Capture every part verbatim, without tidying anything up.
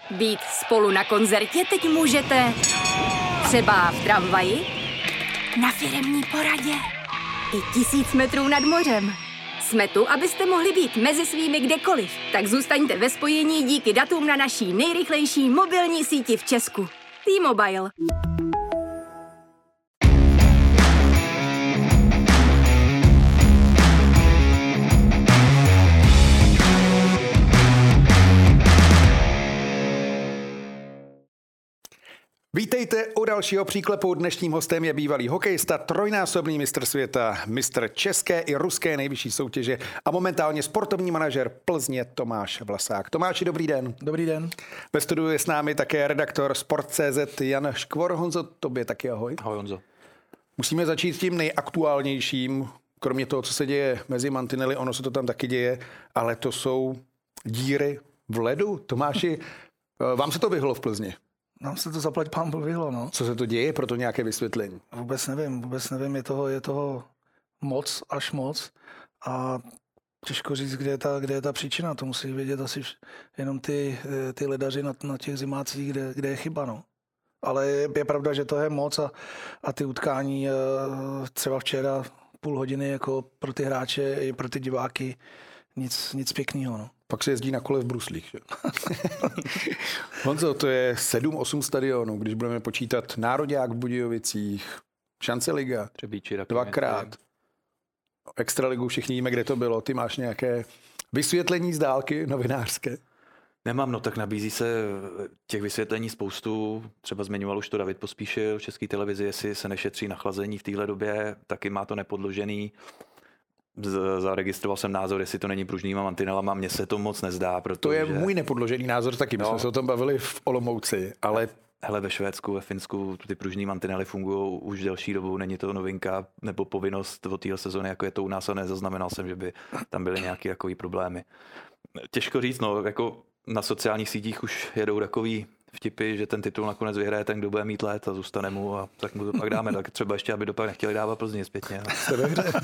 Být spolu na koncertě teď můžete třeba v tramvaji, na firemní poradě i tisíc metrů nad mořem. Jsme tu, abyste mohli být mezi svými kdekoliv. Tak zůstaňte ve spojení díky datům na naší nejrychlejší mobilní síti v Česku. T-Mobile. Vítejte u dalšího příklepu. Dnešním hostem je bývalý hokejista, trojnásobný mistr světa, mistr české i ruské nejvyšší soutěže a momentálně sportovní manažer Plzně Tomáš Vlasák. Tomáši, dobrý den. Dobrý den. Ve studiu je s námi také redaktor Sport tečka cé zet Jan Škvor. Honzo, tobě taky ahoj. Ahoj, Honzo. Musíme začít tím nejaktuálnějším, kromě toho, co se děje mezi mantinely, ono se to tam taky děje, ale to jsou díry v ledu. Tomáši, vám se to vyhlo v Plzni? Nám se to zaplať pán Bůh vyhlo, no. Co se to děje, pro to nějaké vysvětlení? Vůbec nevím, vůbec nevím, je toho, je toho moc, až moc a těžko říct, kde je ta, kde je ta příčina, to musí vědět asi jenom ty, ty ledaři na, na těch zimácích, kde, kde je chyba, no. Ale je, je pravda, že to je moc a, a ty utkání třeba včera půl hodiny jako pro ty hráče i pro ty diváky nic, nic pěkného, no. Pak se jezdí na kole v bruslích. Že? Honzo, to je sedm osm stadionů, když budeme počítat Nároďák v Budějovicích, Šance liga, Třebíči, dvakrát. Extraligu, všichni víme, kde to bylo. Ty máš nějaké vysvětlení z dálky novinářské? Nemám, no tak nabízí se těch vysvětlení spoustu. Třeba zmiňoval už to David Pospíšil v České televizi, jestli se nešetří na chlazení v téhle době, taky má to nepodložený. Zaregistroval jsem názor, jestli to není pružnýma mantinelama, mně se to moc nezdá, protože... To je můj nepodložený názor taky, my no. jsme se o tom bavili v Olomouci, ale... Hele, ve Švédsku, ve Finsku ty pružný mantinely fungují už delší dobu, není to novinka nebo povinnost od téhle sezóny, jako je to u nás, a nezaznamenal jsem, že by tam byly nějaké takový problémy. Těžko říct, no, jako na sociálních sítích už jedou takový vtipy, že ten titul nakonec vyhraje ten, kdo bude mít let a zůstane mu a tak mu to pak dáme, tak třeba ještě, aby dopak nechtěli dávat Plzni zpětně. Jste ve hře.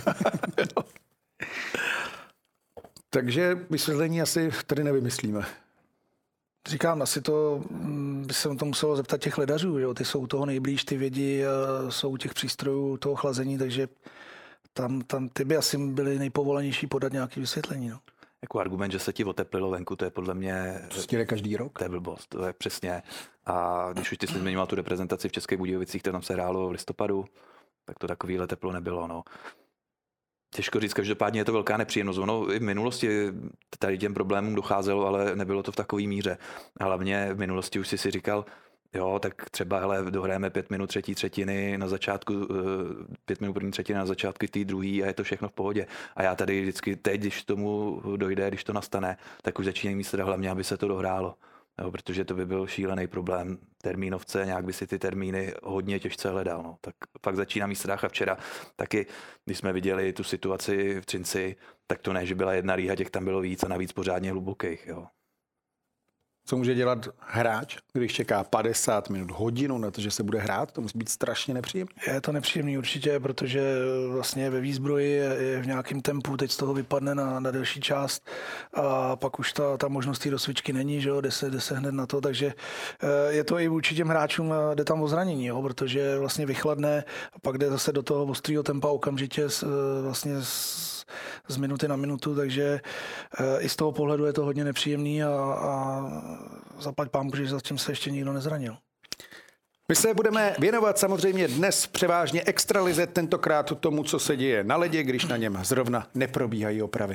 Takže vysvětlení asi tady nevymyslíme. Říkám, asi to by se to muselo zeptat těch ledařů, jo? Ty jsou toho nejblíž, ty vědí, jsou u těch přístrojů toho chlazení, takže tam, tam ty by asi byly nejpovolenější podat nějaké vysvětlení. No. Jako argument, že se ti oteplilo venku, to je podle mě... Prostě je každý rok? To je blbost, to je přesně. A když už ty jsi zmiňoval tu reprezentaci v Českých Budějovicích, to tam se hrálo v listopadu, tak to takovýhle teplo nebylo, no. Těžko říct, každopádně je to velká nepříjemnost. Ono i v minulosti tady těm problémům docházelo, ale nebylo to v takové míře. Hlavně v minulosti už si si říkal, jo, tak třeba hele, dohrajeme pět minut třetí třetiny na začátku, pět minut první třetiny na začátku té druhé a je to všechno v pohodě. A já tady vždycky teď, když tomu dojde, když to nastane, tak už začínají mít teda hlavně, aby se to dohrálo. Jo, protože to by byl šílený problém termínovce, nějak by si ty termíny hodně těžce hledal. No. Tak fakt začíná mít strach a včera taky, když jsme viděli tu situaci v Třinci, tak to ne, že byla jedna rýha, těch tam bylo víc a navíc pořádně hlubokých. Jo. Co může dělat hráč, když čeká padesát minut, hodinu na to, že se bude hrát? To musí být strašně nepříjemné. Je to nepříjemný určitě, protože vlastně ve výzbroji je v nějakém tempu, teď z toho vypadne na, na delší část a pak už ta, ta možnost té rozcvičky není, že jo, jde se, jde se hned na to, takže je to i vůči těm hráčům, jde tam o zranění, jo, protože vlastně vychladne a pak jde zase do toho ostrého tempa okamžitě vlastně z, z minuty na minutu, takže i z toho pohledu je to hodně nepříjemný a, a zaplať pánbůh, že zatím se ještě nikdo nezranil. My se budeme věnovat samozřejmě dnes převážně extralize, tentokrát tomu, co se děje na ledě, když na něm zrovna neprobíhají opravy.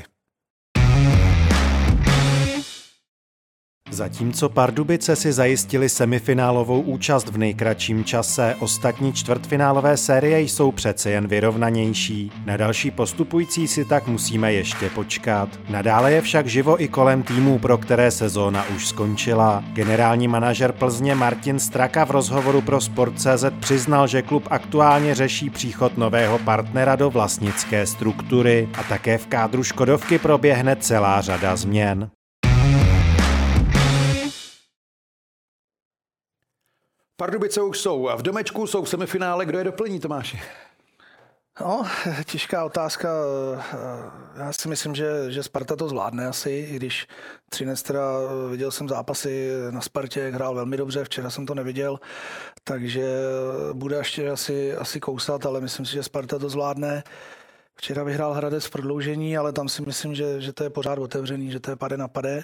Zatímco Pardubice si zajistili semifinálovou účast v nejkratším čase, ostatní čtvrtfinálové série jsou přece jen vyrovnanější. Na další postupující si tak musíme ještě počkat. Nadále je však živo i kolem týmů, pro které sezóna už skončila. Generální manažer Plzně Martin Straka v rozhovoru pro Sport tečka cé zet přiznal, že klub aktuálně řeší příchod nového partnera do vlastnické struktury a také v kádru Škodovky proběhne celá řada změn. Pardubice už jsou a v domečku jsou v semifinále. Kdo je doplní, Tomáši? No, těžká otázka. Já si myslím, že, že Sparta to zvládne asi, i když Třinec teda viděl jsem zápasy na Spartě, jak hrál velmi dobře, včera jsem to neviděl, takže bude ještě asi, asi kousat, ale myslím si, že Sparta to zvládne. Včera vyhrál Hradec v prodloužení, ale tam si myslím, že, že to je pořád otevřený, že to je pade na pade.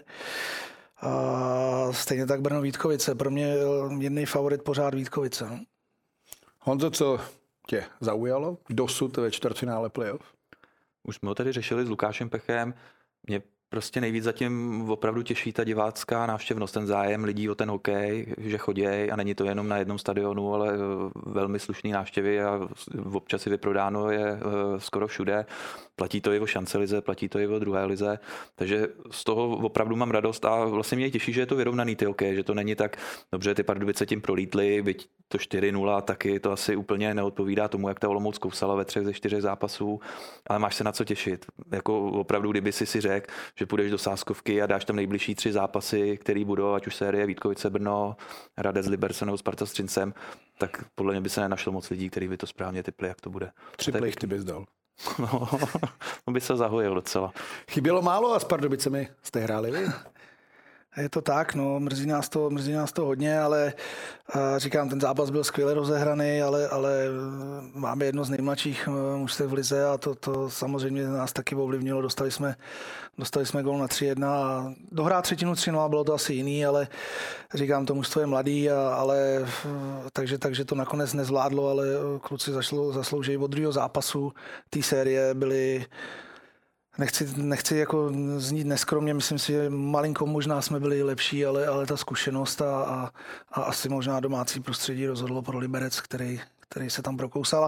A stejně tak Brno Vítkovice. Pro mě jedný favorit pořád Vítkovice. No. Honzo, co tě zaujalo dosud ve čtvrtfinále playoff? Už jsme ho tady řešili s Lukášem Pechem. Mě prostě nejvíc zatím opravdu těší ta divácká návštěvnost, ten zájem lidí o ten hokej, že chodějí a není to jenom na jednom stadionu, ale velmi slušný návštěvy a občas si vyprodáno je skoro všude. Platí to i o šancelize, platí to i o druhé lize, takže z toho opravdu mám radost a vlastně mě těší, že je to vyrovnaný ty hokej, že to není tak dobře, ty Pardubice tím prolítly, byť to čtyři nula, taky to asi úplně neodpovídá tomu, jak ta Olomouc kousala ve třech ze čtyřech zápasů, ale máš se na co těšit. Jako opravdu, kdyby si si řekl, že půjdeš do sázkovky a dáš tam nejbližší tři zápasy, které budou, ať už série Vítkovice Brno, Hradec Liberce nebo Sparta s Třincem, tak podle mě by se nenašlo moc lidí, kteří by to správně typli, jak to bude. Tři plejchty bys dal. No, by se zahojil docela. Chybělo málo a s Pardubicemi jste hráli vy? Je to tak, no, mrzí nás to, mrzí nás to hodně, ale a říkám, ten zápas byl skvěle rozehraný, ale, ale máme jedno z nejmladších mužstev v lize a to, to samozřejmě nás taky ovlivnilo. Dostali jsme, dostali jsme gól na tři jedna a dohrát třetinu tři nula bylo to asi jiný, ale říkám, to mužstvo je mladý, a, ale takže, takže to nakonec nezvládlo, ale kluci zašlo, zaslouží od druhého zápasu té série byli. Nechci, nechci jako znít neskromně, myslím si, že malinko možná jsme byli lepší, ale, ale ta zkušenost a, a, a asi možná domácí prostředí rozhodlo pro Liberec, který, který se tam prokousal.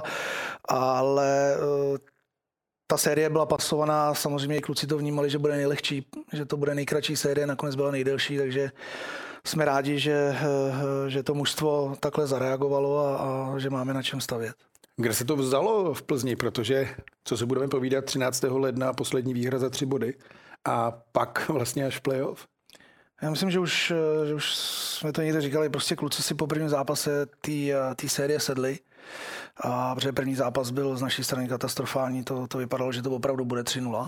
Ale ta série byla pasovaná, samozřejmě i kluci to vnímali, že bude nejlehčí, že to bude nejkratší série, nakonec byla nejdelší, takže jsme rádi, že, že to mužstvo takhle zareagovalo a, a že máme na čem stavět. Kde se to vzalo v Plzni, protože, co se budeme povídat, třináctého ledna poslední výhra za tři body a pak vlastně až playoff? Já myslím, že už, že už jsme to někde říkali, prostě kluci si po prvním zápase té série sedli, a protože první zápas byl z naší strany katastrofální, to, to vypadalo, že to opravdu bude tři nula.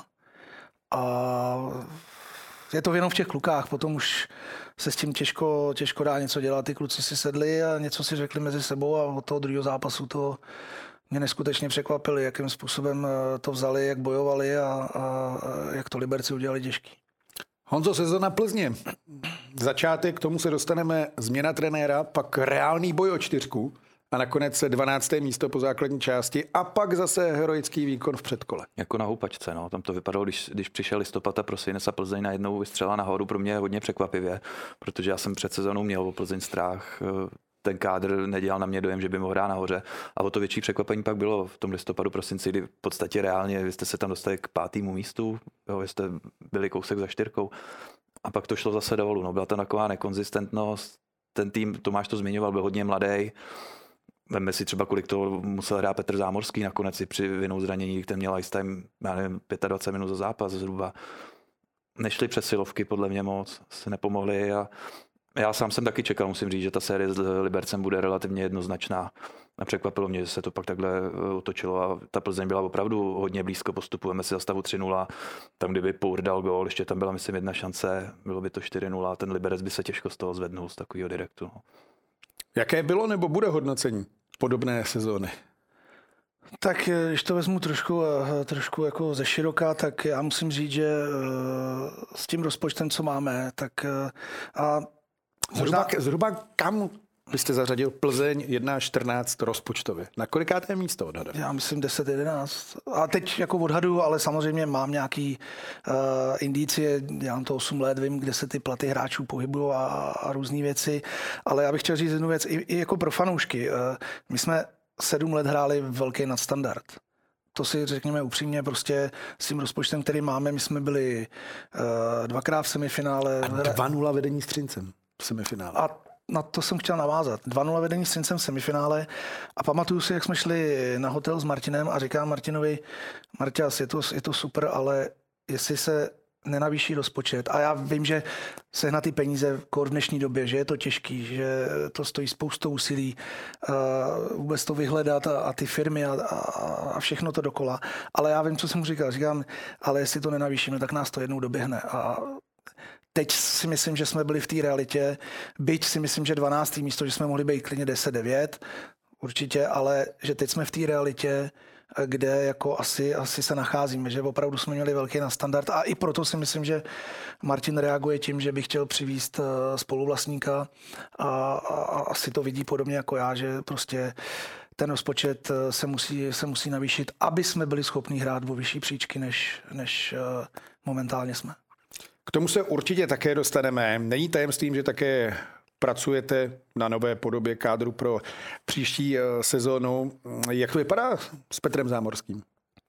A je to jenom v těch klukách, potom už se s tím těžko, těžko dá něco dělat. Ty kluci si sedli a něco si řekli mezi sebou a od toho druhého zápasu to mě neskutečně překvapili, jakým způsobem to vzali, jak bojovali a, a jak to Liberci udělali těžký. Honzo, sezona Plzně. Začátek, k tomu se dostaneme, změna trenéra, pak reálný boj o čtyřku a nakonec dvanácté místo po základní části a pak zase heroický výkon v předkole. Jako na houpačce, no. Tam to vypadalo, když, když přišel listopad a prosinec a Plzeň najednou vystřela nahoru, pro mě hodně překvapivě, protože já jsem před sezónou měl o Plzeň strach, ten kádr nedělal na mě dojem, že by mohl hrát nahoře a o to větší překvapení pak bylo v tom listopadu, prosinci, kdy v podstatě reálně vy jste se tam dostali k pátému místu, jo, vy jste byli kousek za čtyřkou a pak to šlo zase dolů, no. Byla to taková nekonzistentnost, ten tým, Tomáš to zmiňoval, byl hodně mladý. Vemme si třeba, kolik to musel hrát Petr Zámorský nakonec si při vinou zranění, který měl ice time, já nevím, dvacet pět minut za zápas zhruba. Nešli přes silovky, podle mě moc, se nepomohli a já sám jsem taky čekal, musím říct, že ta série s Libercem bude relativně jednoznačná. A překvapilo mě, že se to pak takhle otočilo a ta Plzeň byla opravdu hodně blízko postupu. Vemme si za stavu tři nula, tam kdyby Pour dal gól, ještě tam byla myslím jedna šance, bylo by to čtyři nula, ten Liberec by se těžko z toho zvednul, z takového direktu. Jaké bylo nebo bude hodnocení podobné sezóny? Tak když to vezmu trošku, trošku jako ze široka, tak já musím říct, že s tím rozpočtem, co máme, tak a zhruba, možná... zhruba kam byste zařadil Plzeň jedna čtrnáct rozpočtově? Na kolikáté místo odhadem? Já myslím deset jedenáct. A teď jako odhadu, ale samozřejmě mám nějaký uh, indicie, já mám to osm let, vím, kde se ty platy hráčů pohybují a, a různé věci, ale já bych chtěl říct jednu věc, i, i jako pro fanoušky. Uh, my jsme sedm let hráli velký nadstandard. To si řekněme upřímně, prostě s tím rozpočtem, který máme, my jsme byli uh, dvakrát v semifinále. A dva nula vedení s Třincem v semifinále. A na to jsem chtěl navázat. dva nula vedení s Třincem v semifinále a pamatuju si, jak jsme šli na hotel s Martinem a říkám Martinovi, Marťas, je to, je to super, ale jestli se nenavýší rozpočet. A já vím, že sehnat ty peníze v dnešní době, že je to těžký, že to stojí spoustu úsilí uh, vůbec to vyhledat a, a ty firmy a, a, a všechno to dokola. Ale já vím, co jsem mu říkal. Říkám, ale jestli to nenavýšíme, tak nás to jednou doběhne. A teď si myslím, že jsme byli v té realitě, byť si myslím, že dvanáctý místo, že jsme mohli být klidně deset devět, určitě, ale že teď jsme v té realitě, kde jako asi, asi se nacházíme, že opravdu jsme měli velký nadstandard a i proto si myslím, že Martin reaguje tím, že by chtěl přivést spoluvlastníka a, a asi to vidí podobně jako já, že prostě ten rozpočet se musí, se musí navýšit, aby jsme byli schopni hrát o vyšší příčky, než, než momentálně jsme. K tomu se určitě také dostaneme. Není tajemstvím, že také pracujete na nové podobě kádru pro příští sezónu. Jak to vypadá s Petrem Zámorským?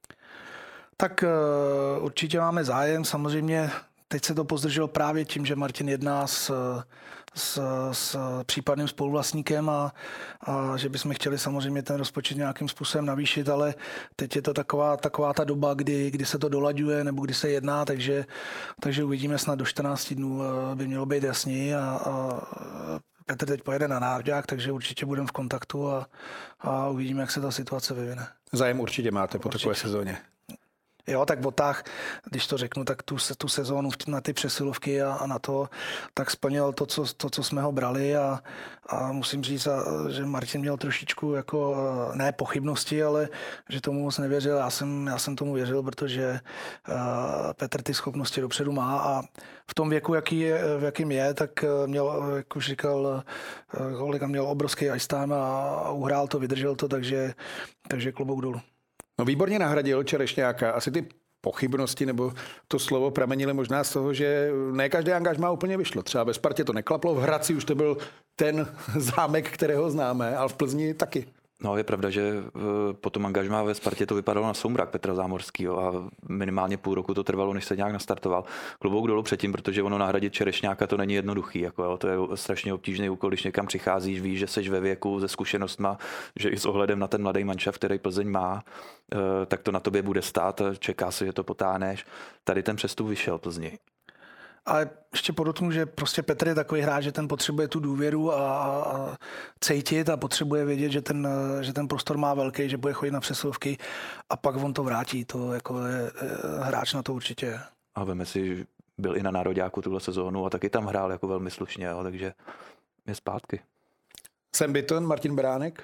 Tak určitě máme zájem. Samozřejmě teď se to pozdrželo právě tím, že Martin jedná s, s, s případným spoluvlastníkem a, a že bychom chtěli samozřejmě ten rozpočet nějakým způsobem navýšit, ale teď je to taková, taková ta doba, kdy, kdy se to dolaďuje nebo kdy se jedná, takže, takže uvidíme, snad do čtrnácti dnů by mělo být jasněji a, a Petr teď pojede na národák, takže určitě budeme v kontaktu a, a uvidíme, jak se ta situace vyvine. Zájem určitě máte po určitě. takové sezóně. Jo, tak Botách, když to řeknu, tak tu, tu sezónu na ty přesilovky a, a na to, tak splnil to, co, to, co jsme ho brali a, a musím říct, a, že Martin měl trošičku jako, ne pochybnosti, ale že tomu moc nevěřil. Já jsem, já jsem tomu věřil, protože uh, Petr ty schopnosti dopředu má a v tom věku, jaký je, v jakým je, tak měl, jak už říkal kolega, měl obrovský ice time a, a uhrál to, vydržel to, takže, takže klobouk dolů. No výborně nahradil Čerešňáka. Asi ty pochybnosti nebo to slovo pramenily možná z toho, že ne každý angažmá úplně vyšlo. Třeba ve Spartě to neklaplo, v Hradci už to byl ten zámek, kterého známe, ale v Plzni taky. No, je pravda, že po tom angažmá ve Spartě to vypadalo na soumrak Petra Zámorského a minimálně půl roku to trvalo, než se nějak nastartoval. Klobouk dolů předtím, protože ono nahradit Čerešňáka to není jednoduchý. Jako jo, to je strašně obtížný úkol, když někam přicházíš, víš, že seš ve věku se zkušenostma, že i s ohledem na ten mladý manšaft, který Plzeň má, tak to na tobě bude stát, čeká se, že to potáhneš. Tady ten přestup vyšel Plzni. Ale ještě podotknu, že prostě Petr je takový hráč, že ten potřebuje tu důvěru a, a cítit a potřebuje vědět, že ten, že ten prostor má velký, že bude chodit na přesilovky a pak on to vrátí. To jako je, hráč na to určitě je. A veme si, byl i na nároďáku tuhle sezónu a taky tam hrál jako velmi slušně, jo, takže je zpátky. Sam Bitton, Martin Beránek?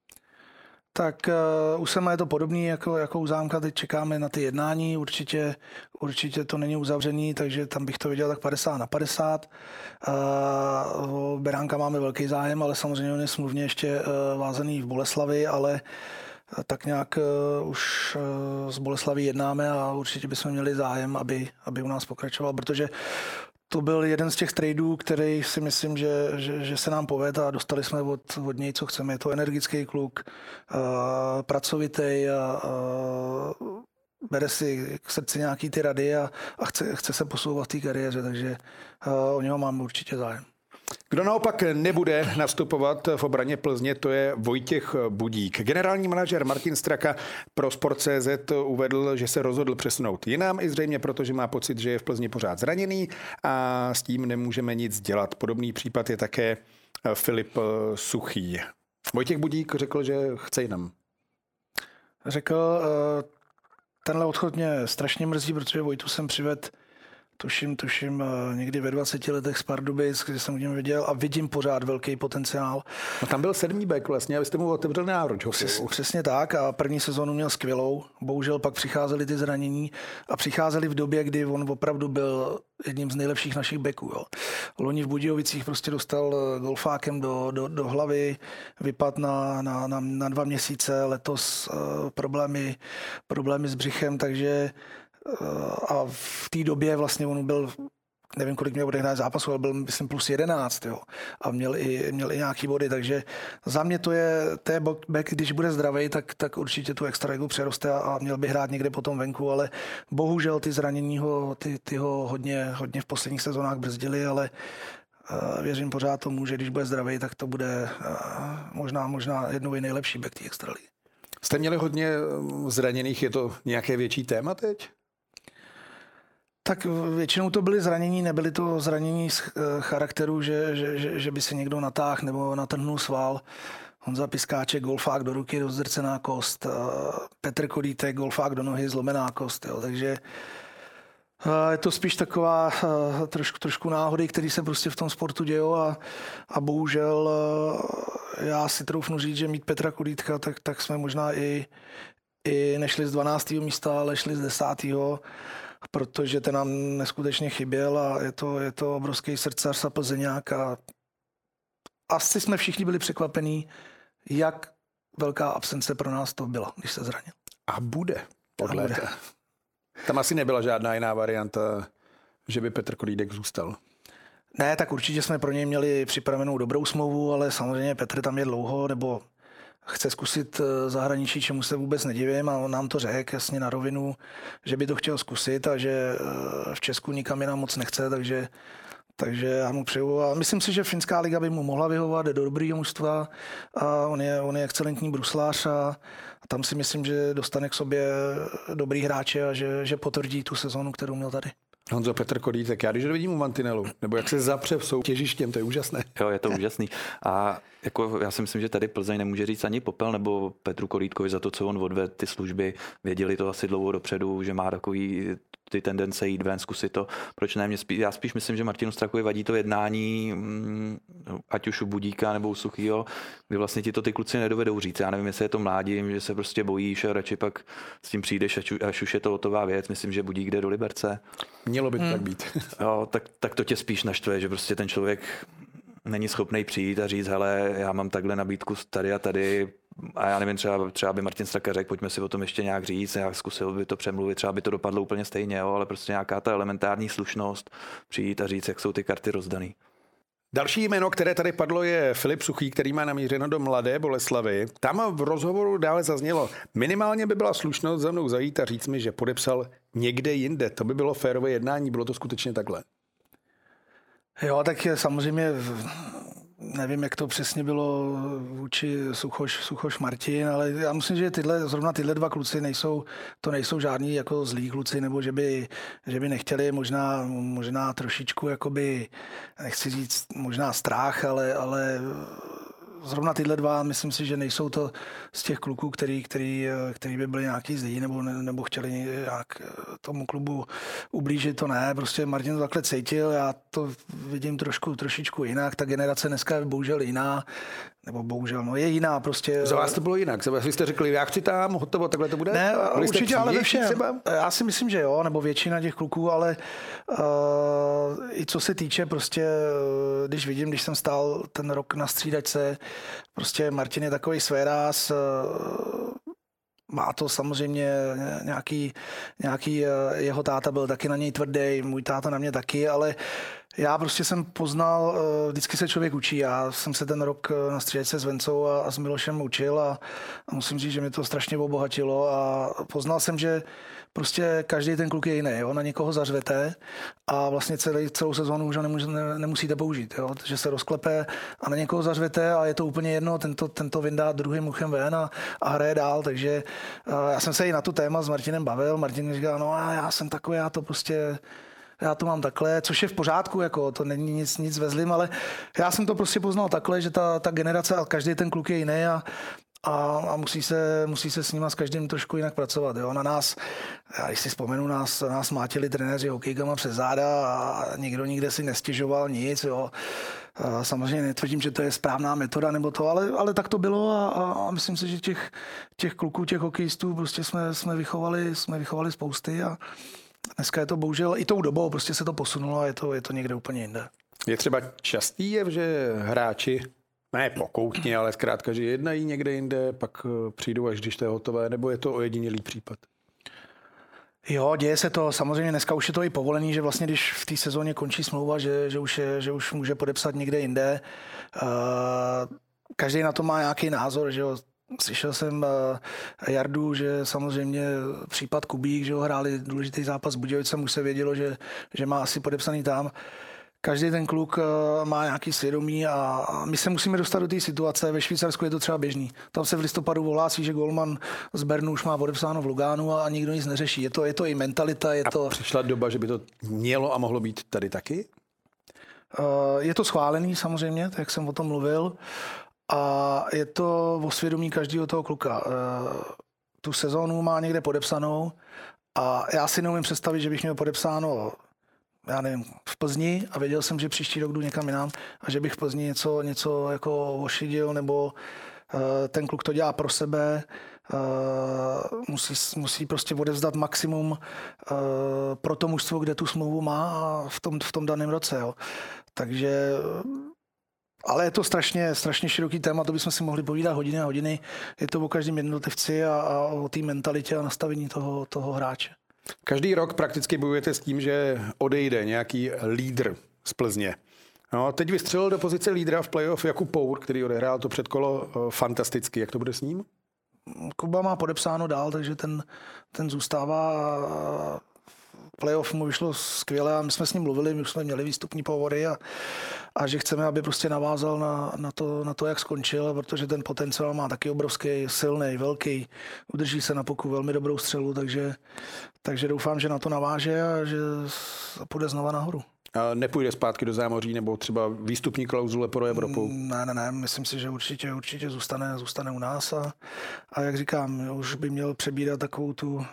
Tak uh, u Sema je to podobný jako, jako u Zámka, teď čekáme na ty jednání, určitě, určitě to není uzavřený, takže tam bych to viděl tak padesát na padesát. Uh, Beránka máme velký zájem, ale samozřejmě on je smluvně ještě uh, vázaný v Boleslavi, ale uh, tak nějak uh, už uh, s Boleslaví jednáme a určitě bychom měli zájem, aby, aby u nás pokračoval, protože to byl jeden z těch tradeů, který si myslím, že, že, že se nám povede a dostali jsme od, od něj, co chceme. Je to energický kluk, uh, pracovitý a uh, bere si k srdci nějaký ty rady a, a chce, chce se posouvat v té kariéře, takže uh, o něho máme určitě zájem. Kdo naopak nebude nastupovat v obraně Plzně, to je Vojtěch Budík. Generální manažer Martin Straka pro Sport tečka cé zet uvedl, že se rozhodl přesunout jinam, i zřejmě proto, že má pocit, že je v Plzni pořád zraněný a s tím nemůžeme nic dělat. Podobný případ je také Filip Suchý. Vojtěch Budík řekl, že chce jinam. Řekl, tenhle odchod mě strašně mrzí, protože Vojtu jsem přivedl Tuším, tuším, někdy ve dvaceti letech z Pardubic, kde jsem u něm viděl a vidím pořád velký potenciál. No tam byl sedmý back vlastně, abyste mu otevřel náruč. Přes, přesně tak a první sezónu měl skvělou. Bohužel pak přicházely ty zranění a přicházely v době, kdy on opravdu byl jedním z nejlepších našich backů. Jo. Loni v Budějovicích prostě dostal golfákem do, do, do hlavy, vypad na, na, na, na dva měsíce, letos uh, problémy, problémy s břichem, takže a v té době vlastně on byl, nevím, kolik měl odehrát zápasů, ale byl, myslím, plus jedenáct, jo. A měl i, měl i nějaký body, takže za mě to je, to je back, když bude zdravý, tak, tak určitě tu extraligu přeroste a měl by hrát někde potom venku, ale bohužel ty zranění ho, ty, ty ho hodně, hodně v posledních sezónách brzdily, ale uh, věřím pořád tomu, že když bude zdravý, tak to bude uh, možná, možná jednou i nejlepší back té extraligy. Jste měli hodně zraněných, je to nějaké větší téma teď? Tak většinou to byly zranění, nebyly to zranění z charakteru, že, že, že, že by se někdo natáhl nebo natrhnul sval. Honza Piskáček, golfák do ruky, rozdrcená kost. Petr Kolítek, golfák do nohy, zlomená kost. Jo. Takže je to spíš taková trošku, trošku náhody, které se prostě v tom sportu dějou a, a bohužel já si troufnu říct, že mít Petra Kolítka, tak, tak jsme možná i, i nešli z dvanáctého místa, ale šli z desátého protože ten nám neskutečně chyběl a je to, je to obrovský srdcař a plzeňák a asi jsme všichni byli překvapení, jak velká absence pro nás to byla, když se zranil. A bude od léta. Tam asi nebyla žádná jiná varianta, že by Petr Kolídek zůstal. Ne, tak určitě jsme pro něj měli připravenou dobrou smlouvu, ale samozřejmě Petr tam je dlouho, nebo chce zkusit zahraničí, čemu se vůbec nedivím a on nám to řekl jasně na rovinu, že by to chtěl zkusit a že v Česku nikam jinam moc nechce, takže, takže já mu přeju. A myslím si, že finská liga by mu mohla vyhovovat, jde do dobrýho mužstva a on je, on je excelentní bruslář a, a tam si myslím, že dostane k sobě dobrý hráče a že, že potvrdí tu sezonu, kterou měl tady. Honzo, Petr Kolítek, já když ho vidím u mantinelu, nebo jak se zapře v soutěžištěm, to je úžasné. Jo, je to úžasný. A jako já si myslím, že tady Plzeň nemůže říct ani popel nebo Petru Kolítkovi za to, co on odvedl ty služby. Věděli to asi dlouho dopředu, že má takový ty tendence jít ven, zkusit to. Proč ne? Mě spíš, já spíš myslím, že Martinu Strakovi vadí to jednání, ať už u Budíka nebo u Suchýho, kdy vlastně ti to ty kluci nedovedou říct. Já nevím, jestli je to mládí, že se prostě bojíš a radši pak s tím přijdeš, až, až už je to hotová věc. Myslím, že Budík jde do Liberce. Mělo by to hmm. tak být. Jo, tak, tak to tě spíš naštve, že prostě ten člověk není schopný přijít a říct, hele, já mám takhle nabídku tady a tady a já nevím, třeba, třeba by Martin Straka řekl, pojďme si o tom ještě nějak říct, já zkusil by to přemluvit, třeba by to dopadlo úplně stejně, jo, ale prostě nějaká ta elementární slušnost přijít a říct, jak jsou ty karty rozdaný. Další jméno, které tady padlo, je Filip Suchý, který má namířeno do Mladé Boleslavi. Tam v rozhovoru dále zaznělo, minimálně by byla slušnost za mnou zajít a říct mi, že podepsal někde jinde. To by bylo férové jednání, bylo to skutečně takhle. Jo, tak samozřejmě nevím, jak to přesně bylo vůči Suchoš, Suchoš Martin, ale já myslím, že tyhle, zrovna tyhle dva kluci nejsou, to nejsou žádní jako zlí kluci, nebo že by, že by nechtěli možná, možná trošičku, jakoby, nechci říct možná strach, ale, ale zrovna tyhle dva, myslím si, že nejsou to z těch kluků, který, který, který by byli nějaký zlí nebo, nebo chtěli nějak tomu klubu ublížit, to ne. Prostě Martin to takhle cítil, já to vidím trošku, trošičku jinak. Ta generace dneska je bohužel jiná, nebo bohužel, no je jiná prostě. Za vás to bylo jinak? Vy jste řekli, já chci tam, hotovo, takhle to bude? Ne, Byli určitě, ale ve všem. Třeba? Já si myslím, že jo, nebo většina těch kluků, ale uh, i co se týče prostě, když vidím, když jsem stál ten rok na střídačce, prostě Martin je takový svéráz, uh, má to samozřejmě nějaký, nějaký, jeho táta byl taky na něj tvrdý, můj táta na mě taky, ale já prostě jsem poznal, vždycky se člověk učí, já jsem se ten rok na střídačce s Vencou a, a s Milošem učil a, a musím říct, že mi to strašně obohatilo a poznal jsem, že prostě každý ten kluk je jiný, jo? Na někoho zařvete a vlastně celý, celou sezónu už ho nemus, ne, nemusíte použít, jo? Že se rozklepe a na někoho zařvete a je to úplně jedno, tento, tento vyndá druhým uchem ven a, a hraje dál, takže a já jsem se i na tu téma s Martinem bavil, Martin říkal, no a já jsem takový, já to prostě já to mám takhle, což je v pořádku, jako to není nic, nic ve zlým, ale já jsem to prostě poznal takhle, že ta, ta generace a každý ten kluk je jiný a, a, a musí, se, musí se s nima s každým trošku jinak pracovat. Jo. Na nás, já když si vzpomenu, nás, nás mátili trenéři hokejkama přes záda a nikdo nikde si nestěžoval nic. Jo. A samozřejmě netvrdím, že to je správná metoda nebo to, ale, ale tak to bylo a, a myslím si, že těch, těch kluků, těch hokejistů prostě jsme, jsme, vychovali, jsme vychovali spousty a dneska je to bohužel i tou dobou, prostě se to posunulo a je to, je to někde úplně jinde. Je třeba častý jev, že hráči, ne pokoutně, ale zkrátka, že jednají někde jinde, pak přijdou, až když to je hotové, nebo je to ojedinělý případ? Jo, děje se to. Samozřejmě dneska už je to i povolený, že vlastně když v té sezóně končí smlouva, že, že, už je, že už může podepsat někde jinde. Uh, každý na to má nějaký názor, že jo. Slyšel jsem Jardu, že samozřejmě případ Kubík, že ho hráli důležitý zápas s Budějovicem, už se vědělo, že, že má asi podepsaný tam. Každý ten kluk má nějaký svědomí a my se musíme dostat do té situace. Ve Švýcarsku je to třeba běžný. Tam se v listopadu ohlásí, že golman z Bernu už má podepsáno v Lugánu a nikdo nic neřeší. Je to, je to i mentalita. Je a to... přišla doba, že by to mělo a mohlo být tady taky? Je to schválený samozřejmě, tak jak jsem o tom mluvil. A je to o svědomí každého toho kluka. Tu sezónu má někde podepsanou a já si neumím představit, že bych měl podepsáno já nevím, v Plzni a věděl jsem, že příští rok jdu někam jinam a že bych v Plzni něco, něco jako ošidil, nebo uh, ten kluk to dělá pro sebe, uh, musí, musí prostě odevzdat maximum uh, pro to mužstvo, kde tu smlouvu má v tom, v tom daném roce. Jo. Takže ale je to strašně, strašně široký téma, to bychom si mohli povídat hodiny a hodiny. Je to o každém jednotlivci a, a o té mentalitě a nastavení toho, toho hráče. Každý rok prakticky bojujete s tím, že odejde nějaký lídr z Plzně. No, teď vystřelil do pozice lídra v playoff Jakub Pour, který odehrál to předkolo fantasticky. Jak to bude s ním? Kuba má podepsáno dál, takže ten, ten zůstává. Playoff mu vyšlo skvěle a my jsme s ním mluvili, my jsme měli výstupní pohovory a, a že chceme, aby prostě navázal na, na, to, na to, jak skončil, protože ten potenciál má taky obrovský, silný, velký, udrží se na puku velmi dobrou střelu, takže, takže doufám, že na to naváže a že půjde znova nahoru. A nepůjde zpátky do zámoří nebo třeba výstupní klauzule pro Evropu? Ne, ne, ne, myslím si, že určitě, určitě zůstane, zůstane u nás a, a jak říkám, už by měl přebírat takovou tu, uh,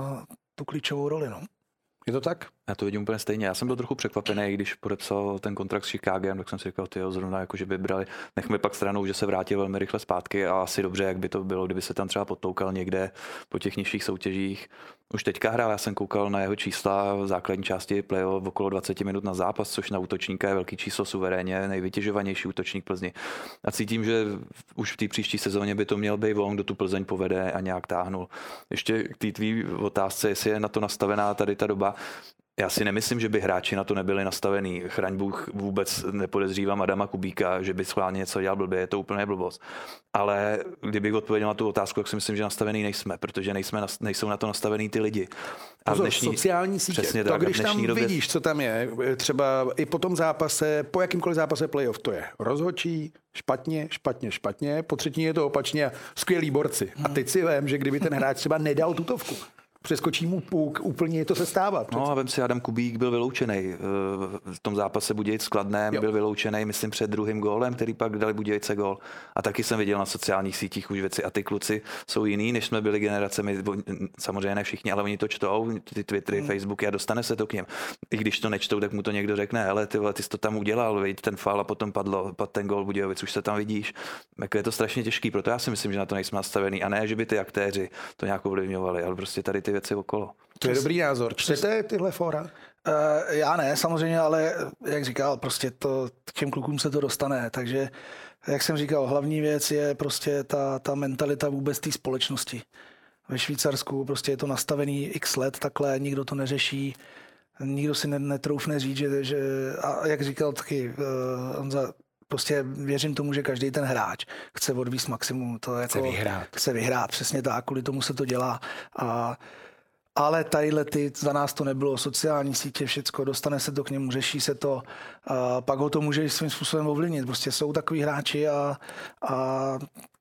tu klíčovou roli, no. Je to tak? Já to vidím úplně stejně. Já jsem byl trochu překvapený, když podepsal ten kontrakt s Chicagem, tak jsem si říkal, tyjo, zrovna jako, že by brali, nechme pak stranou, že se vrátil velmi rychle zpátky a asi dobře, jak by to bylo, kdyby se tam třeba podtoukal někde po těch nižších soutěžích. Už teďka hrál, já jsem koukal na jeho čísla v základní části playoff okolo dvacet minut na zápas, což na útočníka je velký číslo suverénně, nejvytěžovanější útočník Plzni. A cítím, že už v té příští sezóně by to měl být on, kdo tu Plzeň povede a nějak táhnul. Ještě k té tvý otázce, jestli je na to nastavená tady ta doba. Já si nemyslím, že by hráči na to nebyli nastavený. Chraň Bůh, vůbec nepodezřívám Adama Kubíka, že by schválně něco dělal blbě, je to úplně blbost. Ale kdybych odpověděl na tu otázku, tak si myslím, že nastavený nejsme, protože nejsme, nejsou na to nastavený ty lidi. A Pozor, dnešní, sociální sítě, přesně to tak, když tam době... vidíš, co tam je, třeba i po tom zápase, po jakýmkoliv zápase playoff, to je rozhodčí, špatně, špatně, špatně, po třetí je to opačně, skvělí borci. A teď si vím, že kdyby ten hráč třeba nedal tutovku, přeskočí mu puk, úplně to se stává. Přece. No a vem si, Adam Kubík byl vyloučený. V tom zápase Budějic s Kladnem jo. byl vyloučený, myslím, před druhým gólem, který pak dali Budějice gól. A taky jsem viděl na sociálních sítích už věci. A ty kluci jsou jiný, než jsme byli generacemi. Samozřejmě ne všichni, ale oni to čtou, ty Twittery, hmm. Facebooky a dostane se to k nim. I když to nečtou, tak mu to někdo řekne, hele, ty vole, ty jsi to tam udělal, viď, ten faul a potom padlo, padl ten gól Budějovic, už se tam vidíš. Jako je to strašně těžký, proto já si myslím, že na to nejsme nastavený. A ne, že by ty aktéři to nějak ovlivňovali, ale prostě tady ty věci okolo. To je dobrý názor. Čtete tyhle fóra? Uh, já ne, samozřejmě, ale jak říkal, prostě to, k těm klukům se to dostane, takže jak jsem říkal, hlavní věc je prostě ta, ta mentalita vůbec té společnosti. Ve Švýcarsku prostě je to nastavený x let takhle, nikdo to neřeší, nikdo si netroufne říct, že, že a jak říkal taky uh, Honza, prostě věřím tomu, že každý ten hráč chce odvíct maximum. To jako, chce vyhrát. Chce vyhrát, přesně tak, kvůli tomu se to dělá. A, ale tadyhle ty, za nás to nebylo, sociální sítě, všecko, dostane se to k němu, řeší se to, a pak ho to může svým způsobem ovlivnit. Prostě jsou takový hráči a, a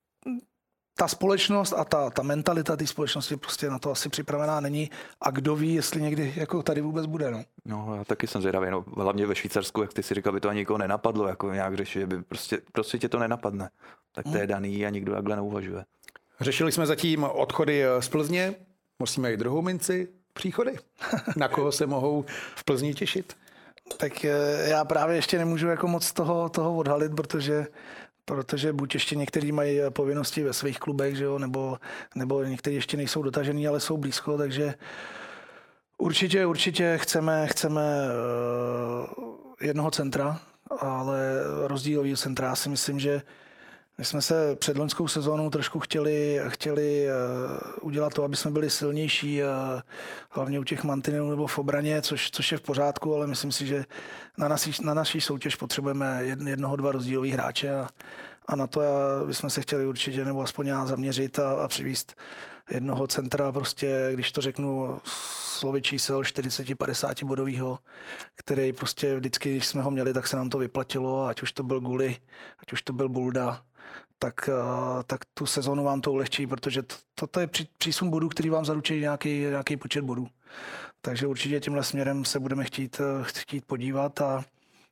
ta společnost a ta, ta mentalita té společnosti prostě na to asi připravená není a kdo ví, jestli někdy jako tady vůbec bude. No, no já taky jsem zvědavý, no, hlavně ve Švýcarsku, jak ty si říkal, by to ani nikoho nenapadlo, jako nějak řešit, že by prostě, prostě tě to nenapadne. Tak to je daný a nikdo takhle neuvažuje. Řešili jsme zatím odchody z Plzně, musíme jít druhou minci, příchody. Na koho se mohou v Plzni těšit? Tak já právě ještě nemůžu jako moc toho, toho odhalit, protože protože buď ještě někteří mají povinnosti ve svých klubech, že jo, nebo, nebo někteří ještě nejsou dotažený, ale jsou blízko, takže určitě, určitě chceme, chceme jednoho centra, ale rozdílový centra. Já si myslím, že my jsme se před loňskou sezónou trošku chtěli, chtěli udělat to, aby jsme byli silnější, hlavně u těch mantinelů nebo v obraně, což, což je v pořádku, ale myslím si, že na naší, na naší soutěž potřebujeme jednoho, dva rozdílový hráče a, a na to já, bychom se chtěli určitě, nebo aspoň já zaměřit a, a přivízt jednoho centra, prostě, když to řeknu slovy čísel čtyřicet padesát bodovýho, který prostě vždycky, když jsme ho měli, tak se nám to vyplatilo, ať už to byl Guli, ať už to byl Bulda, tak, tak tu sezonu vám to ulehčí, protože toto je přísun bodů, který vám zaručí nějaký, nějaký počet bodů. Takže určitě tímhle směrem se budeme chtít, chtít podívat a,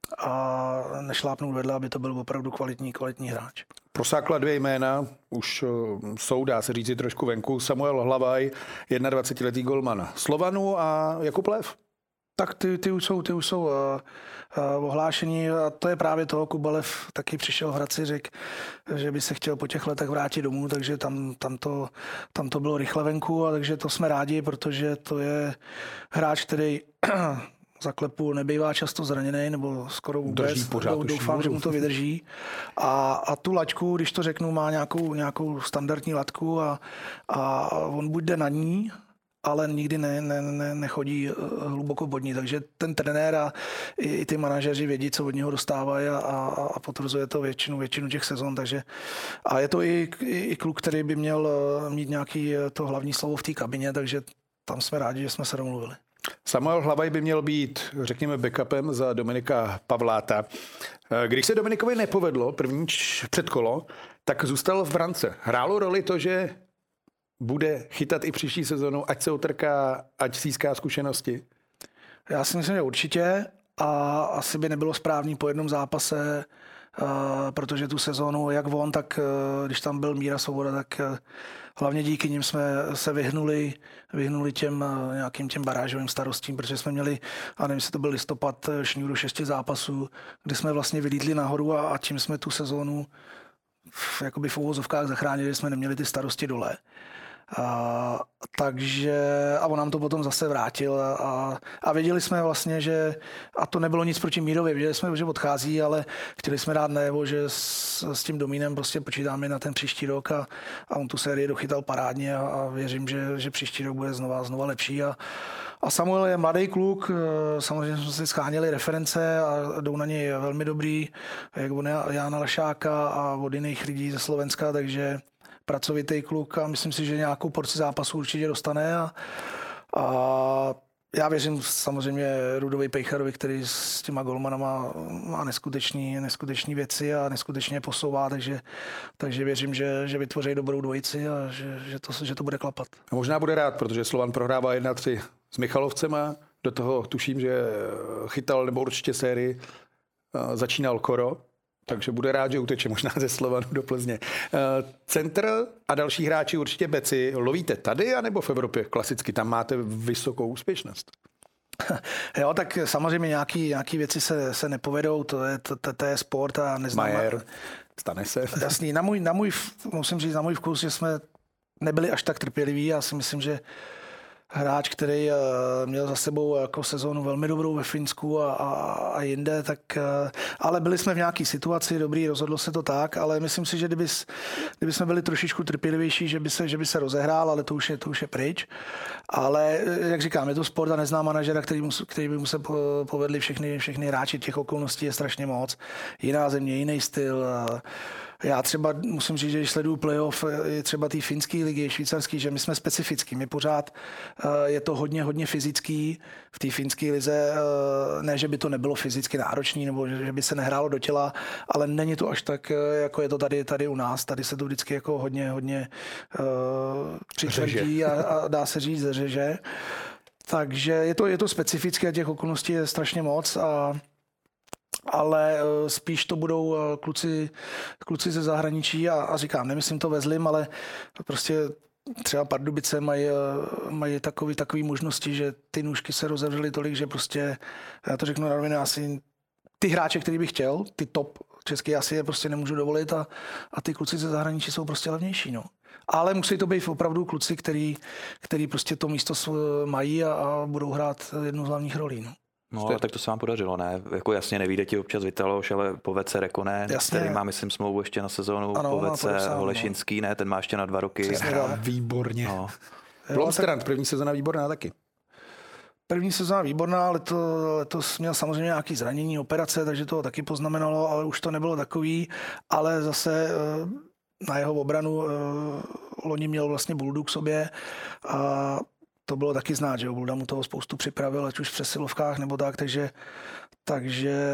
a nešlápnout vedle, aby to byl opravdu kvalitní, kvalitní hráč. Prosákla dvě jména, už jsou, dá se říct, trošku venku. Samuel Hlavaj, dvacetiletý golman Slovanu a Jakub Lev. Tak ty, ty už jsou, ty už jsou uh, uh, ohlášení a to je právě toho. Kubalev taky přišel v Hradci, řekl, že by se chtěl po těch letech vrátit domů, takže tam, tam, to, tam to bylo rychle venku a takže to jsme rádi, protože to je hráč, který za klepu nebývá často zraněný, nebo skoro vůbec. Doufám, že mu to vydrží. A, a tu laťku, když to řeknu, má nějakou, nějakou standardní latku a, a on buď jde na ní, ale nikdy ne, ne, ne, nechodí hluboko pod ní. Takže ten trenér a i, i ty manažeři vědí, co od něho dostávají a, a, a potvrzuje to většinu, většinu těch sezon. Takže, a je to i, i, i kluk, který by měl mít nějaký to hlavní slovo v té kabině, takže tam jsme rádi, že jsme se domluvili. Samuel Hlavaj by měl být, řekněme, backupem za Dominika Pavláta. Když se Dominikovi nepovedlo první předkolo, tak zůstal v brance. Hrálo roli to, že bude chytat i příští sezonu, ať se otrká, ať získá zkušenosti? Já si myslím, že určitě a asi by nebylo správný po jednom zápase, protože tu sezonu, jak on, tak když tam byl Míra Svoboda, tak hlavně díky nim jsme se vyhnuli, vyhnuli těm nějakým těm barážovým starostím, protože jsme měli, a nevím, jestli to byl listopad, šňůru šesti zápasů, kdy jsme vlastně vylídli nahoru a, a tím jsme tu sezónu v, jakoby v uvozovkách zachránili, jsme neměli ty starosti dole. A, takže, a on nám to potom zase vrátil a, a, a věděli jsme vlastně, že, a to nebylo nic proti Mírovi, věděli jsme, že odchází, ale chtěli jsme dát najevo, že s, s tím Domínem prostě počítáme na ten příští rok a, a on tu sérii dochytal parádně a, a věřím, že, že příští rok bude znova, znova lepší. A, a Samuel je mladý kluk, samozřejmě jsme si scháněli reference a jdou na něj velmi dobrý, jak on Jána Lašáka a od jiných lidí ze Slovenska, takže pracovitý kluk a myslím si, že nějakou porci zápasu určitě dostane a, a já věřím samozřejmě Rudovi Pejcharovi, který s těma golmanama má neskutečný, neskutečný věci a neskutečně posouvá, takže, takže věřím, že, že vytvoří dobrou dvojici a že, že, to, že to bude klapat. A možná bude rád, protože Slovan prohrává jedna tři s Michalovcema, do toho tuším, že chytal nebo určitě sérii začínal Koro, takže bude rád, že uteče možná ze Slovanu do Plzně. Centr a další hráči určitě beci. Lovíte tady, anebo v Evropě klasicky? Tam máte vysokou úspěšnost. Jo, tak samozřejmě nějaký, nějaký věci se, se nepovedou, to je, to, to, to je sport a neznám. Majer, stane se. Jasný, na můj, na můj, musím říct, na můj vkus, že jsme nebyli až tak trpěliví. Já si myslím, že hráč, který měl za sebou jako sezónu velmi dobrou ve Finsku a, a, a jinde, tak, ale byli jsme v nějaké situaci, dobrý, rozhodlo se to tak, ale myslím si, že kdyby, kdyby jsme byli trošičku trpělivější, že by se, že by se rozehrál, ale to už je, to už je pryč. Ale jak říkám, je to sport a neznám manažera, který, mus, který by mu se povedli všechny, všechny hráči, těch okolností je strašně moc. Jiná země, jiný styl. Já třeba musím říct, že když sleduju playoff třeba té finské ligy, švýcarský, že my jsme specifický. My pořád je to hodně, hodně fyzický v té finské lize. Ne, že by to nebylo fyzicky náročný, nebo že by se nehrálo do těla, ale není to až tak, jako je to tady, tady u nás. Tady se to vždycky jako hodně, hodně uh, přitvrdí a, a dá se říct řeže. Takže je to, je to specifické a těch okolností je strašně moc a ale spíš to budou kluci, kluci ze zahraničí a, a říkám, nemyslím to ve zlým, ale prostě třeba Pardubice mají, mají takový, takový možnosti, že ty nůžky se rozevřely tolik, že prostě, já to řeknu na rovinu, asi ty hráče, který bych chtěl, ty top český, asi je prostě nemůžu dovolit a, a ty kluci ze zahraničí jsou prostě levnější, no. Ale musí to být opravdu kluci, který, který prostě to místo mají a, a budou hrát jednu z hlavních rolí, no. No, ale tak to se vám podařilo, ne? Jako jasně nevíde ti občas Vitaloš, ale povedl se Rekoné, který má, myslím, smlouvu ještě na sezónu, povedl se Holešinský, ne? Ten má ještě na dva roky. Výborně. No. Blomstrand, první sezóna výborná taky. První sezóna výborná, ale to, letos měl samozřejmě nějaké zranění, operace, takže to taky poznamenalo, ale už to nebylo takový, ale zase na jeho obranu loni měl vlastně Buldu k sobě a to bylo taky znát, že Bulda mu toho spoustu připravil, ať už v přesilovkách nebo tak, takže, takže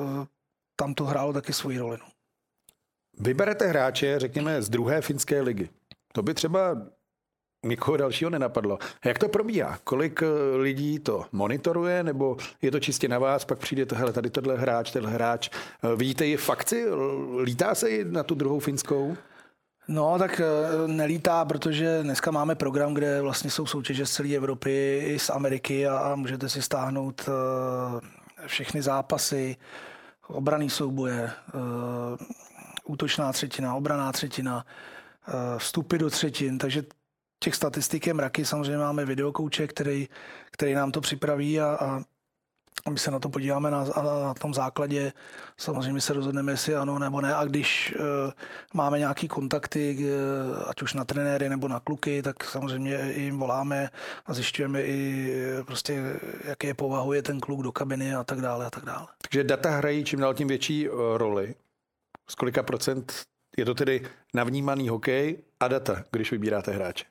tam to hrálo taky svoji roli. No. Vyberete hráče, řekněme, z druhé finské ligy. To by třeba nikoho dalšího nenapadlo. Jak to probíhá? Kolik lidí to monitoruje, nebo je to čistě na vás, pak přijdete, hele, tady tohle hráč, tenhle hráč. Vidíte ji v akci? Lítá se i na tu druhou finskou? No, tak nelítá, protože dneska máme program, kde vlastně jsou soutěže z celé Evropy i z Ameriky a, a můžete si stáhnout uh, všechny zápasy, obranný souboje, uh, útočná třetina, obranná třetina, uh, vstupy do třetin, takže těch statistik je mraky. Samozřejmě máme videokouče, který, který nám to připraví a, a my se na to podíváme na, na tom základě. Samozřejmě se rozhodneme, jestli ano nebo ne. A když uh, máme nějaké kontakty, uh, ať už na trenéry nebo na kluky, tak samozřejmě jim voláme a zjišťujeme i prostě, jaké povahuje ten kluk do kabiny a tak dále a tak dále. Takže data hrají čím dál tím větší uh, roli. Z kolika procent je to tedy navnímaný hokej a data, když vybíráte hráče?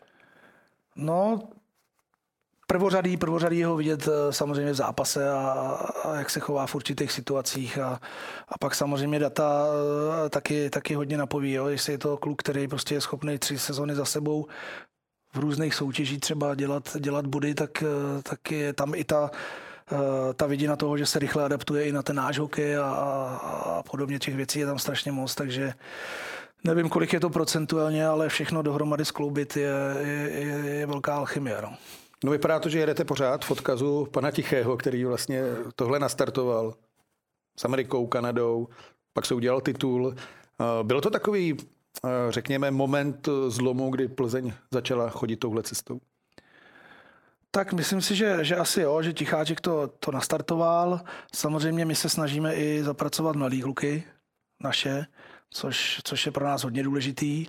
No, prvořadý, prvořadý ho vidět samozřejmě v zápase a, a jak se chová v určitých situacích a, a pak samozřejmě data taky, taky hodně napoví, jo? Jestli je to kluk, který prostě je schopný tři sezony za sebou v různých soutěžích třeba dělat, dělat body, tak, tak je tam i ta, ta vidina toho, že se rychle adaptuje i na ten náš hokej a, a podobně těch věcí je tam strašně moc, takže nevím, kolik je to procentuálně, ale všechno dohromady skloubit je, je, je, je velká alchymie. No. No vypadá to, že jedete pořád v odkazu pana Tichého, který vlastně tohle nastartoval s Amerikou, Kanadou, pak se udělal titul. Byl to takový, řekněme, moment zlomu, kdy Plzeň začala chodit touhle cestou? Tak myslím si, že, že asi jo, že Ticháček to, to nastartoval. Samozřejmě my se snažíme i zapracovat mladý kluky naše, což, což je pro nás hodně důležitý.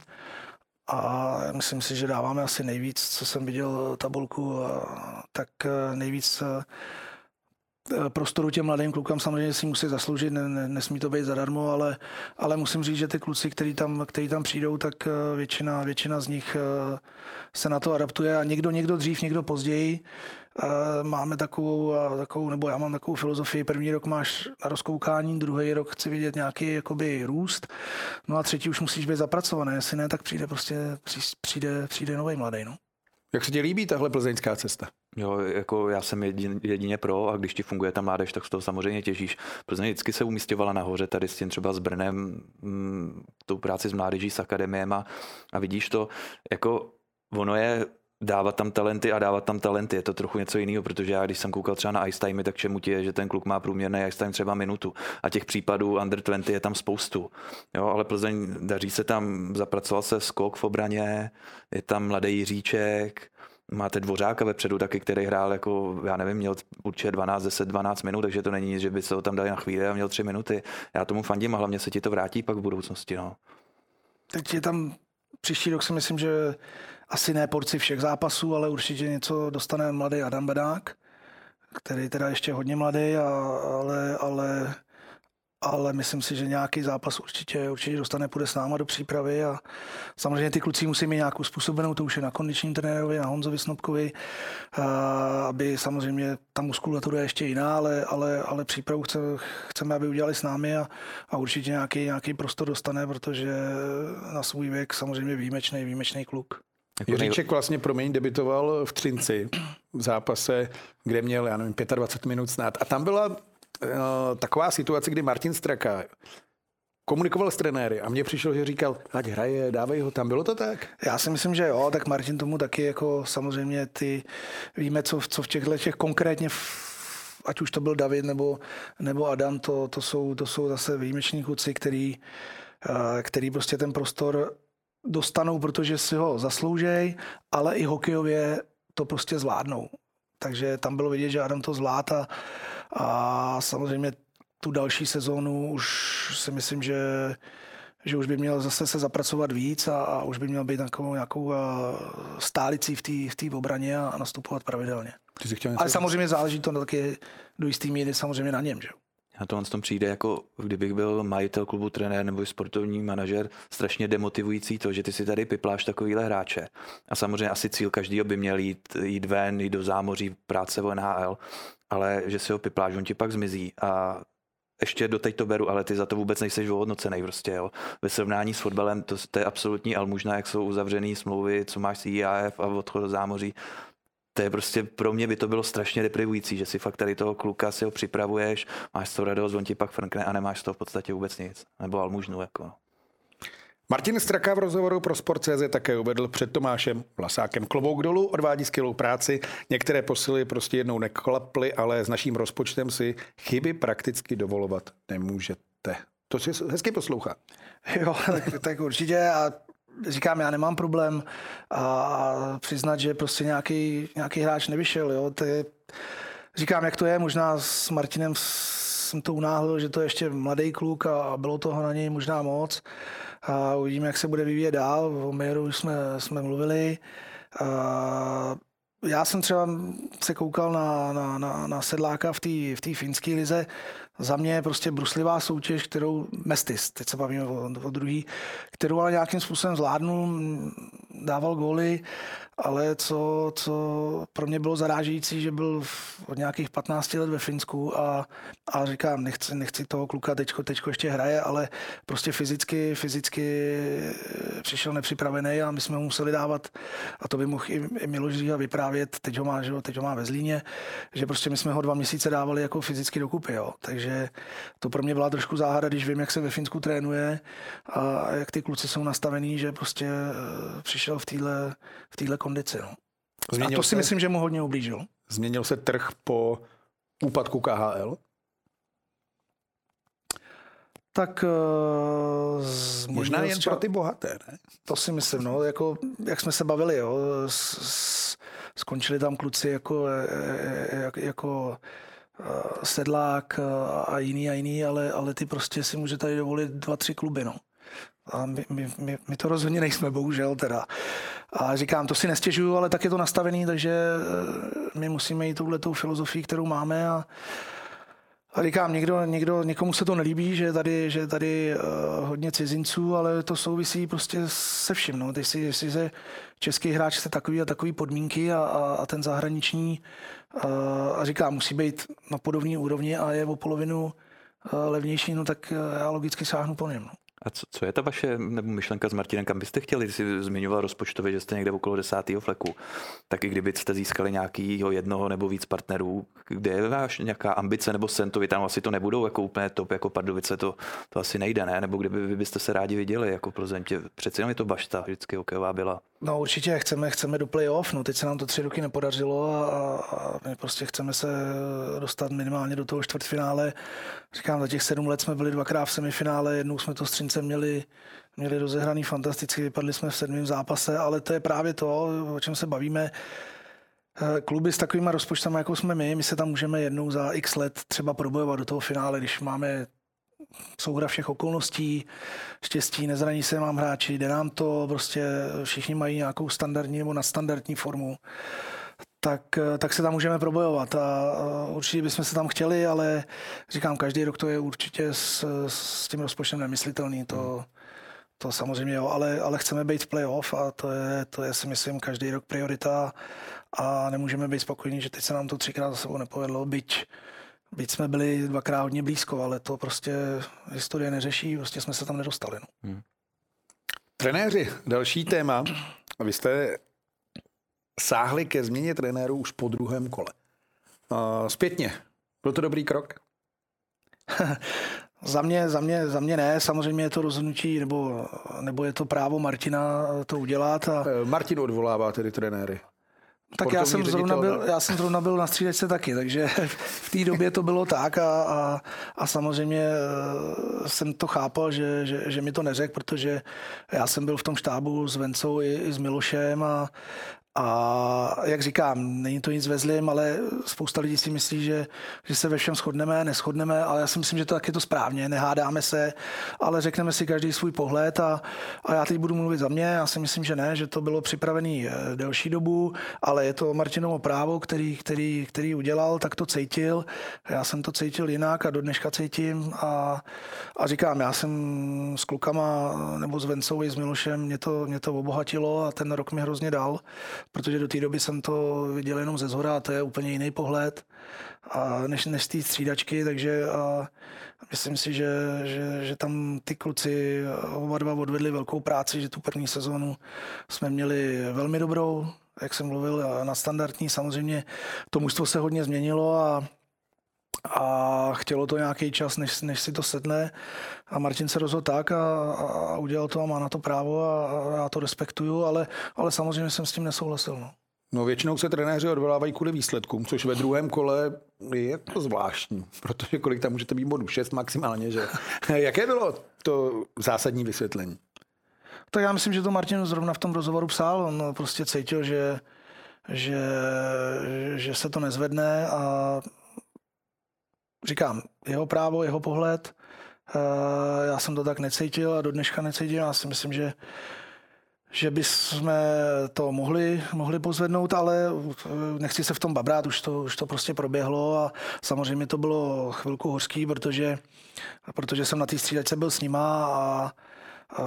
A myslím si, že dáváme asi nejvíc, co jsem viděl tabulku, tak nejvíc prostoru těm mladým klukám samozřejmě si musí zasloužit, nesmí to být zadarmo, ale, ale musím říct, že ty kluci, který tam, který tam přijdou, tak většina, většina z nich se na to adaptuje a někdo, někdo dřív, někdo později. Máme takovou, takovou, nebo já mám takovou filozofii, první rok máš na rozkoukání, druhý rok chci vidět nějaký jakoby růst, no a třetí už musíš být zapracovaný, jestli ne, tak přijde prostě, přijde, přijde nový mladý, no. Jak se ti líbí tahle plzeňská cesta? Jo, jako já jsem jedin, jedině pro a když ti funguje ta mládež, tak z toho samozřejmě těžíš. Plzeň vždycky se umístěvala nahoře tady s tím třeba s Brnem, m, tou práci s mládeží, s akademiem a, a vidíš to, jako ono je dávat tam talenty a dávat tam talenty. Je to trochu něco jiného, protože já, když jsem koukal třeba na ice timey, tak čemu ti je, že ten kluk má průměrný ice time třeba minutu. A těch případů under dvacet je tam spoustu. Jo, ale Plzeň daří se tam, zapracoval se skok v obraně, je tam mladý Jiříček, máte Dvořáka vepředu taky, který hrál jako, já nevím, měl určitě dvanáct, deset, dvanáct minut, takže to není nic, že by se ho tam dali na chvíli a měl tři minuty. Já tomu fandím a hlavně se ti to vrátí pak v budoucnosti. No. Teď je tam příští rok si myslím, že asi ne porci všech zápasů, ale určitě něco dostane mladý Adam Bedák, který teda ještě hodně mladý, a, ale, ale, ale myslím si, že nějaký zápas určitě, určitě dostane, půjde s náma do přípravy a samozřejmě ty kluci musí mít nějakou způsobenou, to už je na kondičním trenérovi, na Honzovi Snopkovi, aby samozřejmě ta muskulatura je ještě jiná, ale, ale, ale přípravu chce, chceme, aby udělali s námi a, a určitě nějaký, nějaký prostor dostane, protože na svůj věk samozřejmě výjimečný, výjimečný kluk. Jiříček vlastně, promiň, debitoval v Třinci v zápase, kde měl, já nevím, dvacet pět minut snad. A tam byla uh, taková situace, kdy Martin Straka komunikoval s trenéry a mně přišlo, že říkal, ať hraje, dávej ho tam. Bylo to tak? Já si myslím, že jo, tak Martin tomu taky jako samozřejmě ty, víme, co, co v těchto těch konkrétně, v, ať už to byl David nebo, nebo Adam, to, to, jsou, to jsou zase výjimeční kluci, který, uh, který prostě ten prostor dostanou, protože si ho zasloužej, ale i hokejově to prostě zvládnou. Takže tam bylo vidět, že Adam to zvlád a, a samozřejmě tu další sezónu už si myslím, že, že už by měl zase se zapracovat víc a, a už by měl být takovou nějakou stálicí v té v té obraně a, a nastupovat pravidelně. Ale samozřejmě záleží to taky do jistý míry samozřejmě na něm, že? A to on s tom přijde jako, kdybych byl majitel klubu, trenér nebo sportovní manažer, strašně demotivující to, že ty si tady pipláš takovýhle hráče. A samozřejmě asi cíl každýho by měl jít, jít ven, jít do zámoří, práce o N H L, ale že si ho pipláš, on ti pak zmizí a ještě doteď to beru, ale ty za to vůbec nejseš ohodnocenej prostě, jo. Ve srovnání s fotbalem to, to je absolutní almužna, jak jsou uzavřený smlouvy, co máš C I A F a odchod do zámoří. To je prostě, pro mě by to bylo strašně deprivující, že si fakt tady toho kluka si ho připravuješ, máš z toho radost, on ti pak frnkne a nemáš z toho v podstatě vůbec nic. Nebo almužnu, jako. Martin Straka v rozhovoru pro Sport tečka cé zet také uvedl před Tomášem Vlasákem. Klobouk dolů, odvádí skvělou práci. Některé posily prostě jednou neklaply, ale s naším rozpočtem si chyby prakticky dovolovat nemůžete. To si hezky poslouchá. Jo, tak, tak určitě a říkám, já nemám problém a přiznat, že prostě nějaký, nějaký hráč nevyšel. Jo. To je, říkám, jak to je, možná s Martinem jsem to unáhlil, že to je ještě mladý kluk a bylo toho na něj možná moc. A uvidíme, jak se bude vyvíjet dál. O Mejeru jsme, jsme mluvili. A já jsem třeba se koukal na, na, na, na Sedláka v té v té finské lize. Za mě je prostě bruslivá soutěž, kterou Mestis, teď se bavíme o, o druhý, kterou ale nějakým způsobem zvládnul, dával góly, ale co, co pro mě bylo zarážející, že byl v, od nějakých patnácti let ve Finsku a, a říkám, nechci, nechci toho kluka, teďko, teďko ještě hraje, ale prostě fyzicky, fyzicky přišel nepřipravený a my jsme mu museli dávat, a to by mohl i, i Miloš Říha vyprávět, teď ho má, že, teď ho má ve Zlíně, že prostě my jsme ho dva měsíce dávali jako fyzicky dokupy, jo. Takže to pro mě byla trošku záhada, když vím, jak se ve Finsku trénuje a jak ty kluci jsou nastavený, že prostě přišel v téhle v téhle kondici. No. A to si se, myslím, že mu hodně ublížil. Změnil se trh po úpadku K H L? Tak uh, možná jen pro ty bohaté, ne? To si myslím, no, jako, jak jsme se bavili, jo, s, s, skončili tam kluci jako, jak, jako uh, Sedlák a jiný a jiný, ale, ale ty prostě si může tady dovolit dva, tři kluby, no. A my, my, my, my to rozhodně nejsme, bohužel teda. A říkám, to si nestěžuju, ale tak je to nastavený, takže my musíme jít touhletou filozofii, kterou máme a, a říkám, někdo, někdo, někomu se to nelíbí, že je tady, že je tady uh, hodně cizinců, ale to souvisí prostě se vším. No. Teď si, jestli se český hráč chce takový a takový podmínky a, a, a ten zahraniční uh, a říkám, musí být na podobné úrovni a je o polovinu uh, levnější, no tak uh, já logicky sáhnu po něm. No. A co, co je ta vaše nebo myšlenka s Martinem, kam byste chtěli, když jsi zmiňoval rozpočtově, že jste někde okolo desátého fleku, tak i kdybyste získali nějakýho jednoho nebo víc partnerů, kde je váš nějaká ambice nebo sen, to vy tam asi to nebudou jako úplně top, jako Pardubice, to, to asi nejde, ne? Nebo kdyby vy byste se rádi viděli jako Plzeň, přeci jenom je to bašta, vždycky hokejová byla. No určitě chceme, chceme do play-off, no teď se nám to tři roky nepodařilo a, a my prostě chceme se dostat minimálně do toho čtvrtfinále. Říkám, za těch sedm let jsme byli dvakrát v semifinále, jednou jsme to s Třincem měli, měli rozehraný fantasticky, vypadli jsme v sedmém zápase, ale to je právě to, o čem se bavíme. Kluby s takovýma rozpočtama, jako jsme my, my se tam můžeme jednou za x let třeba probojovat do toho finále, když máme souhra všech okolností, štěstí, nezraní se mám hráči, jde nám to, prostě všichni mají nějakou standardní nebo nadstandardní formu, tak, tak se tam můžeme probojovat a určitě bychom se tam chtěli, ale říkám, každý rok to je určitě s, s tím rozpočtem nemyslitelný, to, to samozřejmě jo, ale, ale chceme být v playoff a to je, to je si myslím každý rok priorita a nemůžeme být spokojení, že teď se nám to třikrát za sebou nepovedlo, byť Byť jsme byli dvakrát hodně blízko, ale to prostě historie neřeší, prostě jsme se tam nedostali. No. Hmm. Trenéři, další téma. Vy jste sáhli ke změně trenérů už po druhém kole. Uh, zpětně. Byl to dobrý krok? za, mě, za, mě, za mě ne, samozřejmě je to rozhodnutí, nebo, nebo je to právo Martina to udělat. A... Martin odvolává tedy trenéry. Tak já jsem, zrovna byl, já jsem zrovna byl na střídačce taky, takže v té době to bylo tak a, a, a samozřejmě jsem to chápal, že, že, že mi to neřekl, protože já jsem byl v tom štábu s Vencou i, i s Milošem a, A jak říkám, není to nic ve zlým, ale spousta lidí si myslí, že, že se ve všem shodneme, neshodneme, ale já si myslím, že to tak je to správně, nehádáme se, ale řekneme si každý svůj pohled a, a já teď budu mluvit za mě, já si myslím, že ne, že to bylo připravené delší dobu, ale je to Martinovo právo, který, který, který udělal, tak to cítil, já jsem to cítil jinak a do dneška cítím a, a říkám, já jsem s klukama nebo s Vencou i s Milošem, mě to, mě to obohatilo a ten rok mi hrozně dal, protože do té doby jsem to viděl jenom ze zhora a to je úplně jiný pohled a než, než z té střídačky, takže a myslím si, že, že, že tam ty kluci oba dva odvedli velkou práci, že tu první sezónu jsme měli velmi dobrou, jak jsem mluvil, nadstandardní. Samozřejmě to mužstvo se hodně změnilo a a chtělo to nějaký čas, než, než si to sedne a Martin se rozhodl tak a, a udělal to a má na to právo a, a já to respektuju, ale, ale samozřejmě jsem s tím nesouhlasil. No. No většinou se trenéři odvolávají kvůli výsledkům, což ve druhém kole je to zvláštní, protože kolik tam můžete být bodů, šest maximálně, že? Jaké bylo to zásadní vysvětlení? Tak já myslím, že to Martin zrovna v tom rozhovoru psal, on prostě cítil, že, že, že se to nezvedne a říkám, jeho právo, jeho pohled, já jsem to tak necítil a do dneška necítím. Já si myslím, že, že bychom to mohli, mohli pozvednout, ale nechci se v tom babrat, už to, už to prostě proběhlo a samozřejmě to bylo chvilku hořký, protože, protože jsem na té střídačce byl s nima a, a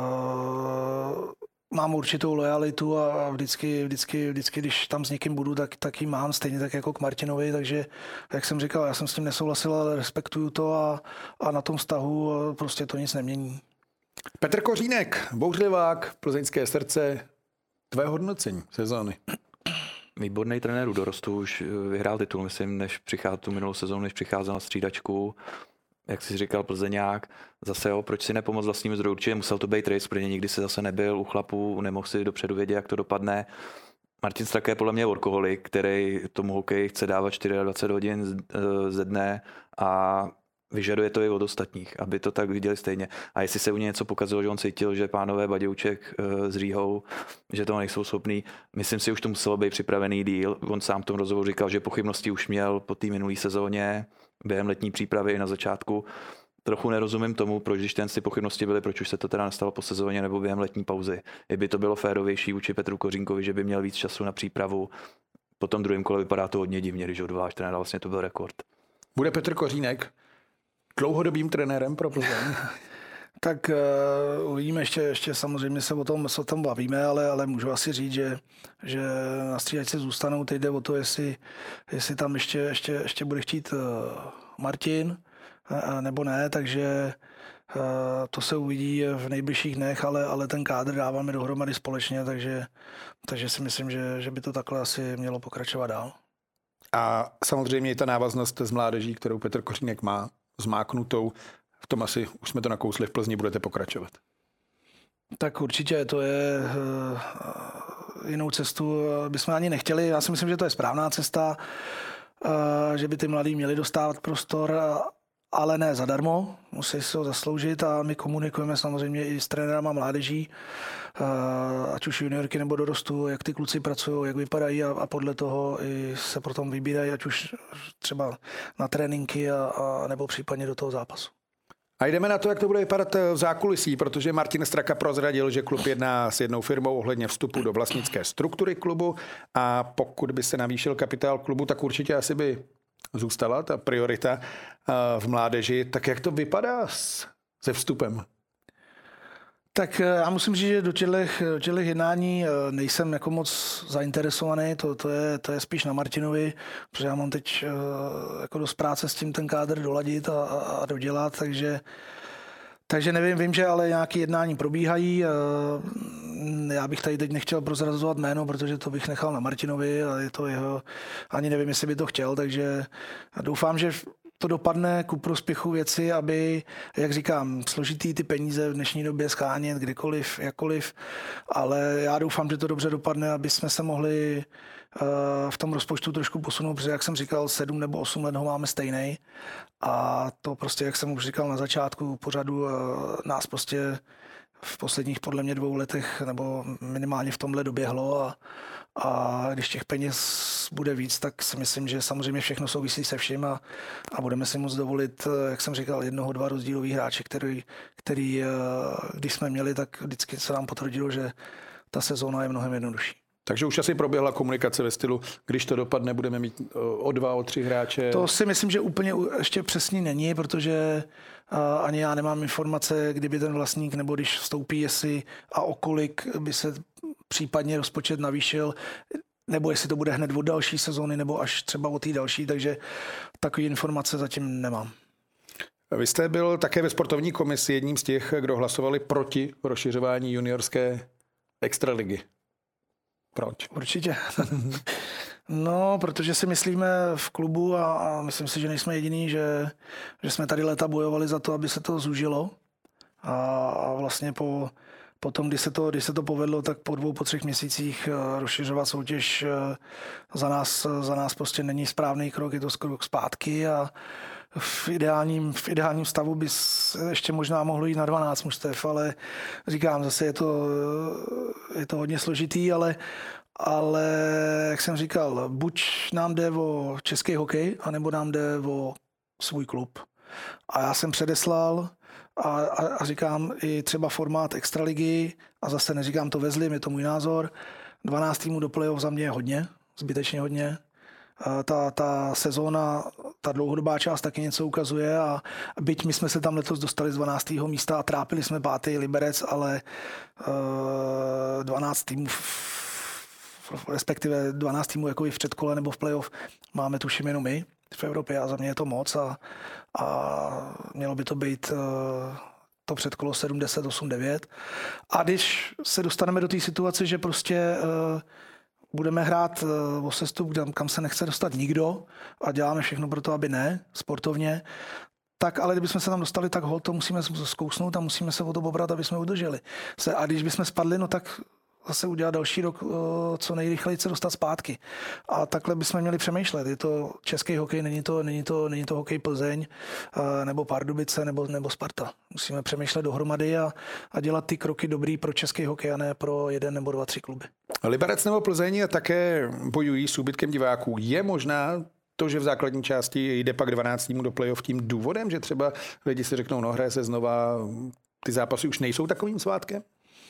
mám určitou lojalitu a vždycky, vždycky, vždycky, když tam s někým budu, tak, tak ji mám, stejně tak jako k Martinovi, takže jak jsem říkal, já jsem s tím nesouhlasil, ale respektuju to a, a na tom vztahu prostě to nic nemění. Petr Kořínek, bouřlivák, plzeňské srdce, tvé hodnocení sezóny. Výborný trenér dorostu, už vyhrál titul, myslím, než přicházel tu minulou sezónu, než přicházel na střídačku. Jak jsi říkal, Plzeňák, zase jo, proč si nepomoct vlastnímu zdroji? Určitě musel to být race, protože nikdy se zase nebyl u chlapů, nemohl si dopředu vědět, jak to dopadne. Martin Straka je podle mě workoholik, který tomu hokeji chce dávat dvacet čtyři hodin ze dne a vyžaduje to i od ostatních, aby to tak viděli stejně. A jestli se u něj něco pokazilo, že on cítil, že pánové Badějček s Říhou, že toho nejsou schopní, myslím si, už to muselo být připravený díl. On sám v tom rozhovoru říkal, že pochybnosti už měl po té minulé sezóně, během letní přípravy na začátku. Trochu nerozumím tomu, proč když ten si pochybnosti byly, proč už se to teda nestalo po sezóně nebo během letní pauzy. Kdyby to bylo férovější vůči Petru Kořínkovi, že by měl víc času na přípravu. Po tom druhém kole vypadá to hodně divně, když odvoláš trenéra, vlastně to byl rekord. Bude Petr Kořínek dlouhodobým trenérem pro Plzeň? Tak uh, uvidíme, ještě, ještě samozřejmě se o tom, se o tom bavíme, ale, ale můžu asi říct, že, že na střídačce zůstanou. Teď jde o to, jestli, jestli tam ještě, ještě, ještě bude chtít uh, Martin, uh, nebo ne, takže uh, to se uvidí v nejbližších dnech, ale, ale ten kádr dáváme dohromady společně, takže, takže si myslím, že, že by to takhle asi mělo pokračovat dál. A samozřejmě i ta návaznost z mládeží, kterou Petr Kořínek má, zmáknutou, v tom asi už jsme to nakousli v Plzni, budete pokračovat. Tak určitě to je uh, jinou cestu, bychom ani nechtěli. Já si myslím, že to je správná cesta, uh, že by ty mladí měli dostávat prostor, uh, ale ne zadarmo, musí se ho zasloužit a my komunikujeme samozřejmě i s trenérama mládeží, uh, ať už juniorky nebo dorostu, jak ty kluci pracují, jak vypadají a, a podle toho i se potom vybírají, ať už třeba na tréninky a, a nebo případně do toho zápasu. A jdeme na to, jak to bude vypadat v zákulisí, protože Martin Straka prozradil, že klub jedná s jednou firmou ohledně vstupu do vlastnické struktury klubu a pokud by se navýšil kapitál klubu, tak určitě asi by zůstala ta priorita v mládeži. Tak jak to vypadá se vstupem? Tak já musím říct, že do těchto jednání nejsem jako moc zainteresovaný, to, to, je, to je spíš na Martinovi, protože já mám teď jako dost práce s tím ten kádr doladit a, a dodělat, takže, takže nevím, vím, že ale nějaké jednání probíhají. Já bych tady teď nechtěl prozrazovat jméno, protože to bych nechal na Martinovi a je to jeho, ani nevím, jestli by to chtěl, takže doufám, že to dopadne ku prospěchu věci, aby, jak říkám, složitý ty peníze v dnešní době schánět kdekoliv, jakkoliv, ale já doufám, že to dobře dopadne, aby jsme se mohli uh, v tom rozpočtu trošku posunout, protože jak jsem říkal, sedm nebo osm let ho máme stejný a to prostě, jak jsem už říkal na začátku pořadu, uh, nás prostě v posledních podle mě dvou letech nebo minimálně v tomhle doběhlo a, a když těch peněz bude víc, tak si myslím, že samozřejmě všechno souvisí se vším a, a budeme si moct dovolit, jak jsem říkal, jednoho, dva rozdílový hráče, který, který když jsme měli, tak vždycky se nám potvrdilo, že ta sezóna je mnohem jednodušší. Takže už asi proběhla komunikace ve stylu, když to dopadne, budeme mít o dva, o tři hráče. To si myslím, že úplně ještě přesně není, protože ani já nemám informace, kdyby ten vlastník nebo když vstoupí, jestli a o kolik by se případně rozpočet navýšil, nebo jestli to bude hned od další sezóny, nebo až třeba od té další, takže takové informace zatím nemám. Vy jste byl také ve sportovní komisi jedním z těch, kdo hlasovali proti rozšiřování juniorské extraligy. Proč? Určitě. No, protože si myslíme v klubu a, a myslím si, že nejsme jediný, že, že jsme tady léta bojovali za to, aby se to zúžilo. A, a vlastně po, po tom, kdy se, to, kdy se to povedlo, tak po dvou, po třech měsících rozšiřovat soutěž za nás, za nás prostě není správný krok, je to krok zpátky a v ideálním, v ideálním stavu by ještě možná mohlo jít na dvanáct mužstev, ale říkám, zase je to, je to hodně složitý, ale, ale jak jsem říkal, buď nám jde o český hokej, anebo nám jde o svůj klub. A já jsem předeslal a, a, a říkám i třeba formát extraligy, a zase neříkám to ve zlým, je to můj názor, dvanáct týmů do playoff za mě je hodně, zbytečně hodně. Ta, ta sezóna, ta dlouhodobá část taky něco ukazuje a byť my jsme se tam letos dostali z dvanáctého místa a trápili jsme pátý Liberec, ale uh, dvanáct týmů, respektive dvanáct týmů jako i v předkole nebo v playoff máme tuším jenom my v Evropě a za mě je to moc a, a mělo by to být uh, to předkolo sedm, deset, osm, devět. A když se dostaneme do té situace, že prostě uh, budeme hrát o sestup, kam se nechce dostat nikdo a děláme všechno pro to, aby ne, sportovně, tak ale kdybychom se tam dostali, tak hol, to musíme zkousnout a musíme se o to pobrat, aby jsme udrželi. A když bychom spadli, no tak zase udělat další rok, co nejrychleji se dostat zpátky. A takhle bychom měli přemýšlet. Je to český hokej, není to, není to, není to hokej Plzeň, nebo Pardubice, nebo, nebo Sparta. Musíme přemýšlet dohromady a, a dělat ty kroky dobrý pro český hokej a ne pro jeden nebo dva, tři kluby. Liberec nebo Plzeň také bojují s úbytkem diváků. Je možná to, že v základní části jde pak dvanáct týmů do playoff tím důvodem, že třeba lidi si řeknou, no hraje se znova, ty zápasy už nejsou takovým svátkem?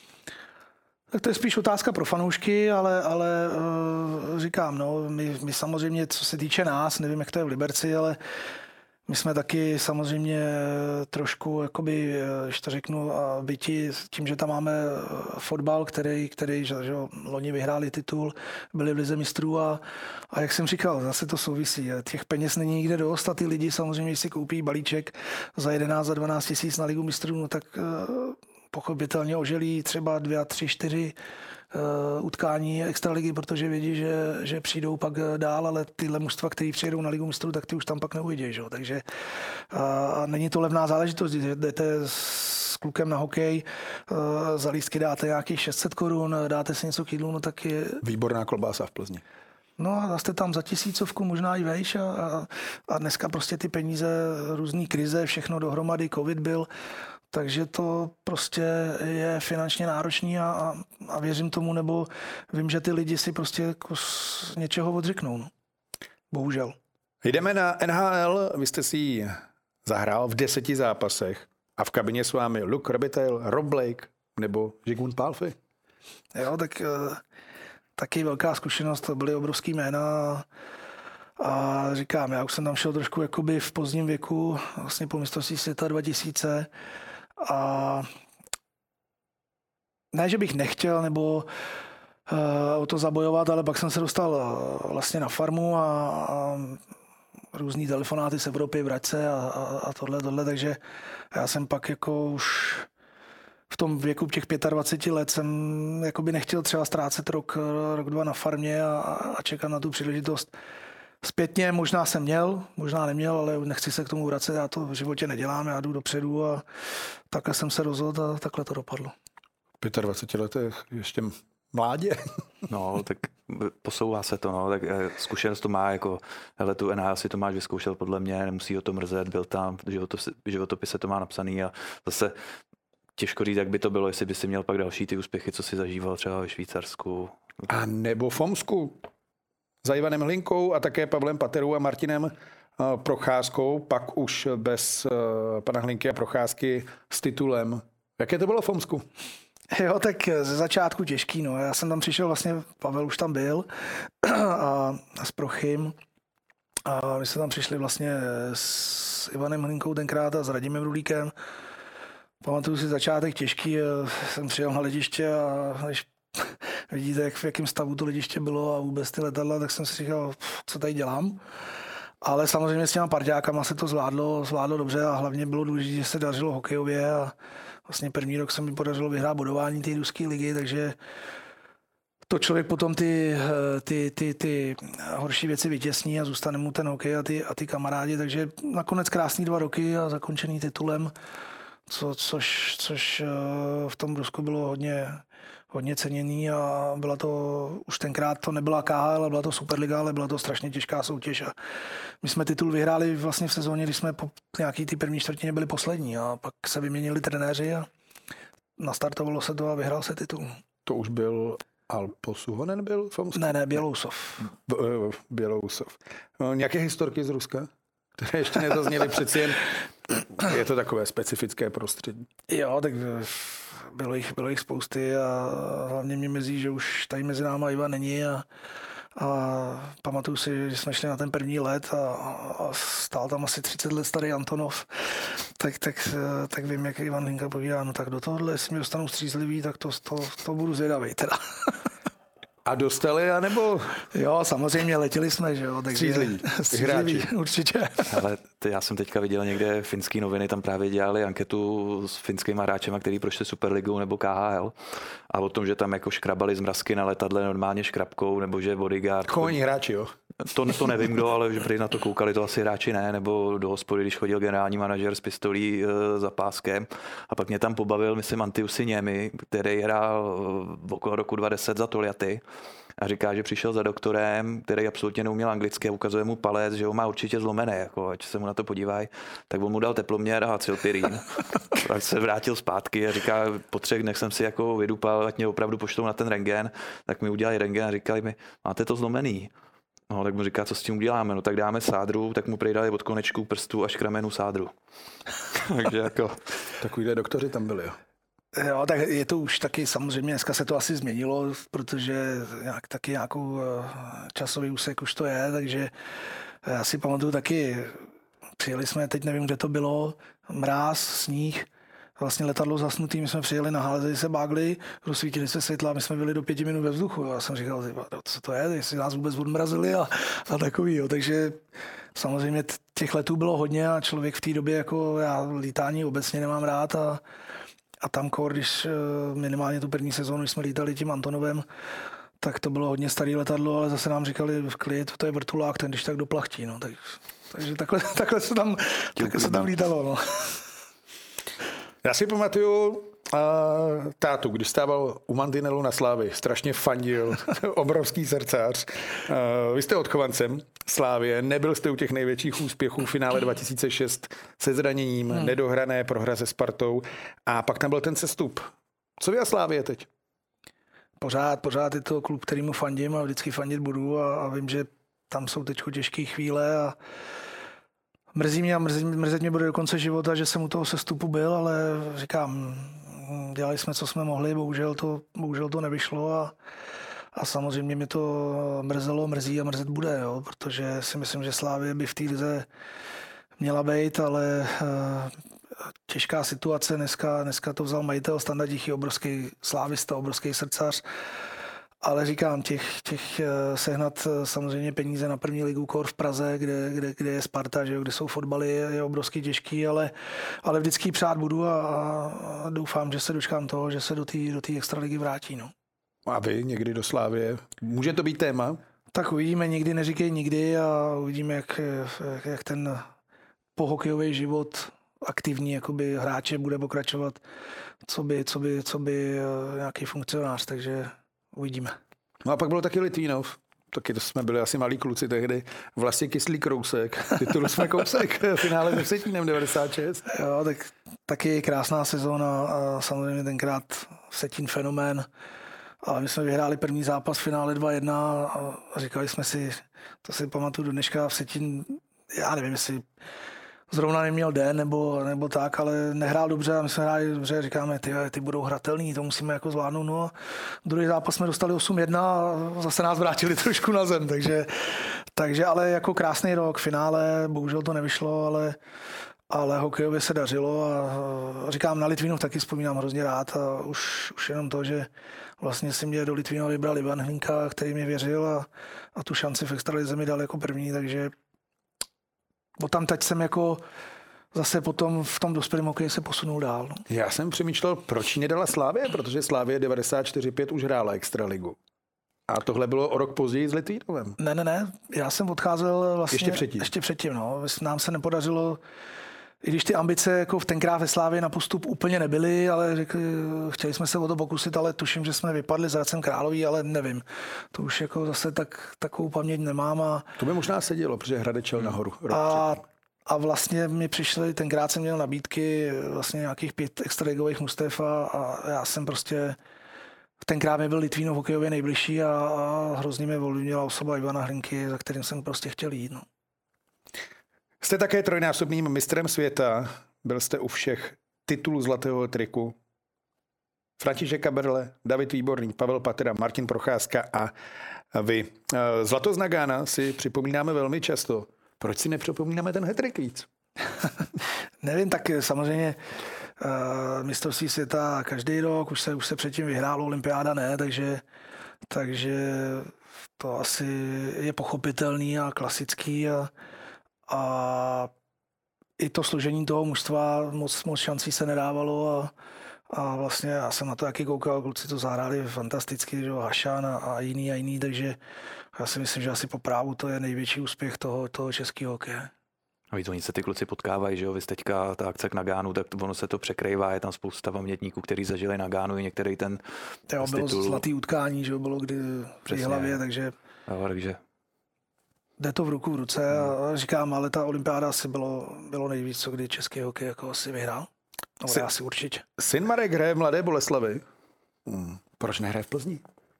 Tak to je spíš otázka pro fanoušky, ale, ale uh, říkám, no, my, my samozřejmě, co se týče nás, nevím, jak to je v Liberci, ale my jsme taky samozřejmě trošku, jakoby, když to řeknu, byti tím, že tam máme fotbal, který, který že, že loni vyhráli titul, byli v lize mistrů a, a jak jsem říkal, zase to souvisí. Těch peněz není nikde dost a ty lidi samozřejmě, si koupí balíček za jedenáct, za dvanáct tisíc na ligu mistrů, no tak uh, pochopitelně oželí třeba dvě, tři, čtyři uh, utkání extraligy, protože vědí, že, že přijdou pak dál, ale tyhle mužstva, který přijedou na ligu mistrů, tak ty už tam pak neuvidí. Že? Takže uh, není to levná záležitost, jdete s klukem na hokej, uh, za lístky dáte nějakých šest set korun, dáte si něco k jídlu, no tak je... Výborná klobása v Plzni. No a jste tam za tisícovku, možná i vejš a, a, a dneska prostě ty peníze, různý krize, všechno dohromady, covid byl, takže to prostě je finančně náročný a, a věřím tomu, nebo vím, že ty lidi si prostě kus něčeho odřeknou. No. Bohužel. Jdeme na N H L. Vy jste si ji zahrál v deseti zápasech a v kabině s vámi Luke Robitaille, Rob Blake nebo Zsigmund Pálffy. Jo, tak taky velká zkušenost, to byly obrovský jména. A říkám, já už jsem tam šel trošku jakoby v pozdním věku, vlastně po mistrovství světa dva tisíce. A ne, že bych nechtěl nebo uh, o to zabojovat, ale pak jsem se dostal uh, vlastně na farmu a, a různý telefonáty z Evropy, vrať se a, a, a tohle, tohle, takže já jsem pak jako už v tom věku těch dvacet pět let jsem jakoby nechtěl třeba ztrácet rok, rok dva na farmě a, a čekat na tu příležitost. Zpětně možná jsem měl, možná neměl, ale nechci se k tomu vracet, já to v životě nedělám, já jdu dopředu a takhle jsem se rozhodl a takhle to dopadlo. V dvaceti pěti letech ještě mládě. No, tak posouvá se to, no, tak zkušenost to má, jako, hele, tu N H L si to máš vyzkoušel podle mě, nemusí o to mrzet, byl tam, v životopise to má napsaný a zase těžko říct, jak by to bylo, jestli by si měl pak další ty úspěchy, co si zažíval třeba ve Švýcarsku. A nebo v Omsku. Za Ivanem Hlinkou a také Pavlem Paterou a Martinem Procházkou, pak už bez pana Hlinky a Procházky s titulem. Jaké to bylo v Omsku? Jo, tak ze začátku těžký, no. Já jsem tam přišel, vlastně Pavel už tam byl a, a s Prochym. A my jsme tam přišli vlastně s Ivanem Hlinkou tenkrát a s Radimem Rulíkem. Pamatuju si začátek těžký, jsem přijel na letiště a když vidíte, jak v jakém stavu to letiště bylo a vůbec ty letadla, tak jsem si říkal, co tady dělám. Ale samozřejmě s těma parťákama se to zvládlo, zvládlo dobře a hlavně bylo důležité, že se dařilo hokejově a vlastně první rok se mi podařilo vyhrát bodování té ruské ligy, takže to člověk potom ty, ty, ty, ty horší věci vytěsní a zůstane mu ten hokej a ty, a ty kamarádi, takže nakonec krásný dva roky a zakončený titulem, co, což, což v tom Rusku bylo hodně, hodně ceněný a byla to, už tenkrát to nebyla K H L, ale byla to Superliga, ale byla to strašně těžká soutěž a my jsme titul vyhráli vlastně v sezóně, když jsme po nějaký ty první čtvrtině byli poslední a pak se vyměnili trenéři a nastartovalo se to a vyhrál se titul. To už byl Alpo Suhonen byl v Omsku? Ne, ne, Bělousov. B- Bělousov. No, nějaké historky z Ruska, které ještě nezazněly, přeci jen je to takové specifické prostředí. Jo, tak bylo jich, bylo jich spousty a hlavně mě mrzí, že už tady mezi náma Ivan není a, a pamatuju si, že jsme šli na ten první let a, a stál tam asi třicet let starý Antonov, tak, tak, tak vím, jak Ivan Hlinka povídá, no tak do tohohle, jestli mi dostanu střízlivý, tak to, to, to budu zvědavý teda. A dostali, anebo? Jo, samozřejmě letěli jsme, že jo. Střízliví, hráči. Určitě. Ale ty, já jsem teďka viděl někde finský noviny, tam právě dělali anketu s finskýma hráčema, který prošli Superligou nebo K H L a o tom, že tam jako škrabali zmrazky na letadle normálně škrabkou, nebo že bodyguard. Koní hráči, jo? To, to nevím kdo, ale že prý na to koukali, to asi hráči ne, nebo do hospody, když chodil generální manažer s pistolí e, za páskem. A pak mě tam pobavil, myslím, Antiusi Niemi, který hrál v okolo roku dva tisíce deset za Toliaty. A říká, že přišel za doktorem, který absolutně neuměl anglicky a ukazuje mu palec, že ho má určitě zlomený, jako, ať se mu na to podívají. Tak on mu dal teploměr a acylpirín. Tak se vrátil zpátky a říká, po třech dnech jsem si jako vydupal, ať mě opravdu pošlou na ten rentgen. Tak mi udělali rentgen a říkali mi, máte to zlomený. No, tak mu říká, co s tím uděláme, no tak dáme sádru, tak mu přejdali od konečku prstů až k ramenu sádru. Takže jako... Takovýhle doktoři tam byli, jo. Jo, tak je to už taky, samozřejmě dneska se to asi změnilo, protože nějak, taky nějakou časový úsek už to je, takže já si pamatuju taky, přijeli jsme, teď nevím, kde to bylo, mráz, sníh, vlastně letadlo zasnutý, my jsme přijeli na hálezeli se bágli, rozsvítili se světla a my jsme byli do pěti minut ve vzduchu. Já jsem říkal, co to je, jestli nás vůbec odmrazili a, a takový, jo. Takže samozřejmě těch letů bylo hodně a člověk v té době, jako já lítání obecně nemám rád a A tam, když minimálně tu první sezónu, když jsme lítali tím Antonovem, tak to bylo hodně starý letadlo, ale zase nám říkali v klid, to je vrtulák, ten když tak doplachtí. No. Tak, takže takhle, takhle, se tam, takhle se tam lítalo. No. Já si pamatuju uh, tátu, když stával u mantinelu na Slávy, strašně fandil, obrovský srdcař. Uh, vy jste odchovancem Slávie, nebyl jste u těch největších úspěchů v finále dva tisíce šest se zraněním, hmm. nedohrané prohra se Spartou a pak tam byl ten sestup. Co vy a Slávie teď? Pořád, pořád je to klub, kterýmu fandím a vždycky fandit budu a, a vím, že tam jsou teď těžké chvíle a mrzí mě a mrzí, mrzet mě bude do konce života, že jsem u toho sestupu byl, ale říkám, dělali jsme, co jsme mohli, bohužel to, bohužel to nevyšlo a, a samozřejmě mě to mrzelo, mrzí a mrzet bude, jo, protože si myslím, že Slávie by v té lize měla být, ale uh, těžká situace, dneska, dneska to vzal majitel Standa Tichý, obrovský slávista, obrovský srdcař, ale říkám, těch, těch sehnat samozřejmě peníze na první ligu kor v Praze, kde, kde, kde je Sparta, že jo, kde jsou fotbaly, je, je obrovský těžký, ale, ale vždycky přát budu a, a doufám, že se dočkám toho, že se do té do té extraligy vrátí. No. A vy někdy do Slávie? Může to být téma? Tak uvidíme, nikdy neříkej nikdy a uvidíme, jak, jak ten pohokejový život aktivní jakoby hráče bude pokračovat, co by, co by, co by nějaký funkcionář, takže uvidíme. No a pak bylo taky Litvínov. taky to jsme byli asi malí kluci tehdy, vlastně kyslý krousek, titul jsme kousek, finále se Vsetínem devadesát šest. Jo, tak taky krásná sezóna a samozřejmě tenkrát Vsetín fenomén. A my jsme vyhráli první zápas v finále dva jedna a říkali jsme si, to si pamatuju do dneška, Vsetín, já nevím, jestli zrovna neměl den nebo, nebo tak, ale nehrál dobře a my jsme hráli dobře, říkáme, ty, ty budou hratelný, to musíme jako zvládnout. No a druhý zápas jsme dostali osm jedna a zase nás vrátili trošku na zem, takže, takže ale jako krásný rok, finále, bohužel to nevyšlo, ale, ale hokejově se dařilo a říkám, na Litvínov taky vzpomínám hrozně rád a už, už jenom to, že vlastně si mě do Litvínova vybral Ivan Hlinka, který mi věřil a, a tu šanci v extralize mi dal jako první, takže bo tam teď jsem jako zase potom v tom dospělém hokeji se posunul dál. No. Já jsem přemýšlel, proč ji nedala Slávě, protože Slávě devadesát čtyři pět už hrála extraligu. A tohle bylo o rok později s Litvínovem. Ne, ne, ne. Já jsem odcházel vlastně ještě předtím. Ještě předtím, no. Nám se nepodařilo, i když ty ambice jako v tenkrát ve Slávě na postup úplně nebyly, ale řekli, chtěli jsme se o to pokusit, ale tuším, že jsme vypadli s Hradcem Králové, ale nevím. To už jako zase tak, takovou paměť nemám. A, to by možná sedělo, protože Hradec šel nahoru. A, a vlastně mi přišly, tenkrát jsem měl nabídky vlastně nějakých pět extraligových mužstev a, a já jsem prostě tenkrát mi byl Litvínov hokejově nejbližší a, a hrozně mě ovlivnila osoba Ivana Hlinky, za kterým jsem prostě chtěl jít. No. Jste také trojnásobným mistrem světa, byl jste u všech titulů zlatého triku. František Kaberle, David Výborný, Pavel Patera, Martin Procházka a vy. Zlato z Nagána si připomínáme velmi často. Proč si nepřipomínáme ten hat-trick víc? Nevím, tak samozřejmě uh, mistrovství světa každý rok, už se, už se předtím vyhrálo, olympiáda ne, takže, takže to asi je pochopitelný a klasický a, a i to složení toho mužstva moc, moc šancí se nedávalo a, a vlastně já jsem na to jaký koukal, kluci to zahráli fantasticky, že Hašan a, a jiný a jiný, takže já si myslím, že asi po právu to je největší úspěch toho, toho českého hokeje. A víc, oni se ty kluci potkávají, že jo, vy teďka ta akce k Nagánu, tak ono se to překrývá, je tam spousta pamětníků, kteří zažili Nagánu i některý ten jo, bylo titul. Zlatý utkání, že jo, bylo kdy při hlavě, takže... Jo, takže... Jde to v ruku v ruce a říkám, ale ta olympiáda asi bylo, bylo nejvíc, co kdy český hokej jako asi vyhrál. No, Syn, asi určitě. Syn Marek hraje v Mladé Boleslavi. Hmm. Proč nehraje v Plzni?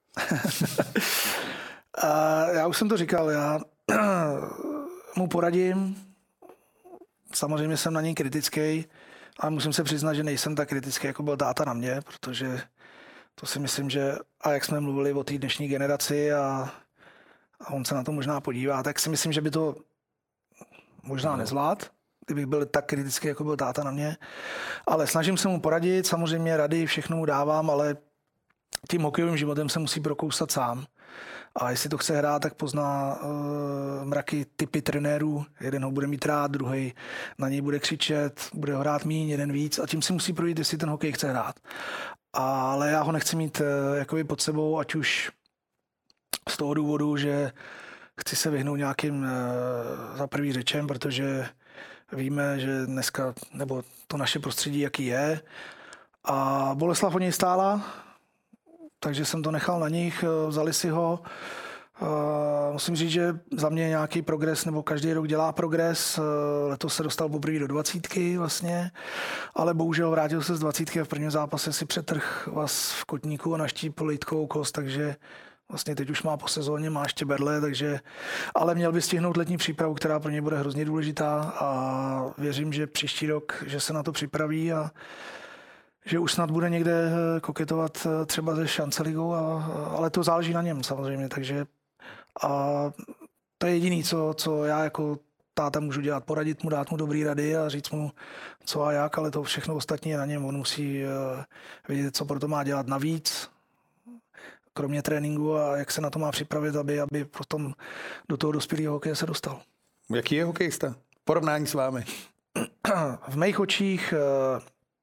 A já už jsem to říkal, já mu poradím, samozřejmě jsem na něj kritický, ale musím se přiznat, že nejsem tak kritický, jako byl táta na mě, protože to si myslím, že a jak jsme mluvili o té dnešní generaci a, a on se na to možná podívá, tak si myslím, že by to možná nezvlád, kdybych byl tak kritický, jako byl táta na mě, ale snažím se mu poradit, samozřejmě rady, všechno mu dávám, ale tím hokejovým životem se musí prokousat sám. A jestli to chce hrát, tak pozná uh, mraky typy trenérů. Jeden ho bude mít rád, druhý na něj bude křičet, bude ho hrát míň, jeden víc a tím si musí projít, jestli ten hokej chce hrát. Ale já ho nechci mít uh, jakoby pod sebou, ať už z toho důvodu, že chci se vyhnout nějakým uh, za prvý řečem, protože víme, že dneska, nebo to naše prostředí, jaký je. A Boleslav o něj stála, takže jsem to nechal na nich, vzali si ho. Musím říct, že za mě nějaký progres, nebo každý rok dělá progres. Letos se dostal poprvé do dvacítky vlastně, ale bohužel vrátil se z dvacítky a v prvním zápase si přetrh vás v kotníku a naštípl lítkovou kost, takže vlastně teď už má po sezóně, má ještě berle, takže, ale měl by stihnout letní přípravu, která pro ně bude hrozně důležitá a věřím, že příští rok, že se na to připraví a že už snad bude někde koketovat třeba ze šance ligou, a, ale to záleží na něm samozřejmě, takže a to je jediné, co, co já jako táta můžu dělat, poradit mu, dát mu dobrý rady a říct mu co a jak, ale to všechno ostatní je na něm, on musí vědět, co pro to má dělat navíc, kromě tréninku a jak se na to má připravit, aby, aby potom do toho dospělého hokeje se dostal. Jaký je hokejista? Porovnání s vámi? V mých očích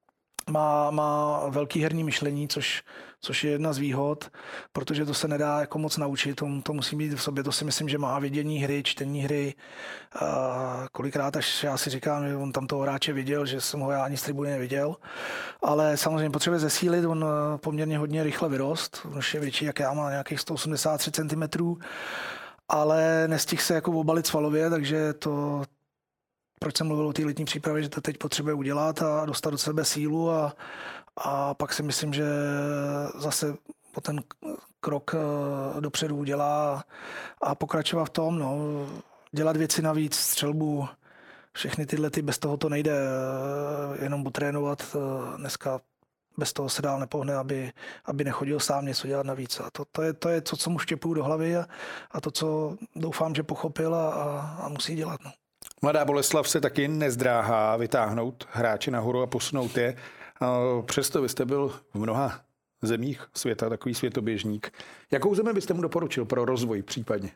má, má velký herní myšlení, což, což je jedna z výhod, protože to se nedá jako moc naučit, to, to musí být v sobě, to si myslím, že má vidění hry, čtení hry. A kolikrát až já si říkám, že on tam toho hráče viděl, že jsem ho já ani z tribuny neviděl, ale samozřejmě potřebuje zesílit, on poměrně hodně rychle vyrost, on je větší, jak já, má nějakých sto osmdesát tři centimetrů, ale nestihl se jako obalit svalově, takže to, proč jsem mluvil o té letní přípravě, že to teď potřebuje udělat a dostat do sebe sílu a, a pak si myslím, že zase po ten krok dopředu udělá a pokračovat v tom, no, dělat věci navíc, střelbu, všechny tyhle, ty, bez toho to nejde, jenom potrénovat dneska. Bez toho se dál nepohne, aby, aby nechodil sám něco dělat navíc. A to, to, je, to je to, co mu štěpuju do hlavy a, a to, co doufám, že pochopil a, a, a musí dělat. No. Mladá Boleslav se taky nezdráhá vytáhnout hráče nahoru a posunout je. Přesto vy jste byl v mnoha zemích světa takový světoběžník. Jakou zemi byste mu doporučil pro rozvoj případně?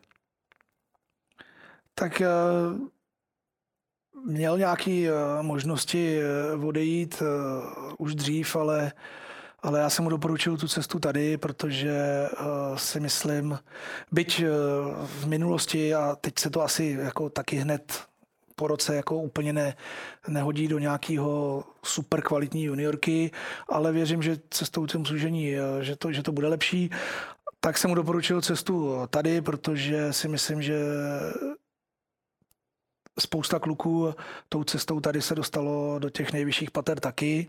Tak měl nějaké možnosti odejít už dřív, ale, ale já jsem mu doporučil tu cestu tady, protože si myslím, byť v minulosti, a teď se to asi jako taky hned po roce jako úplně ne, nehodí do nějakého super kvalitní juniorky, ale věřím, že cestou tím služení, že to, že to bude lepší. Tak jsem mu doporučil cestu tady, protože si myslím, že spousta kluků tou cestou tady se dostalo do těch nejvyšších pater taky.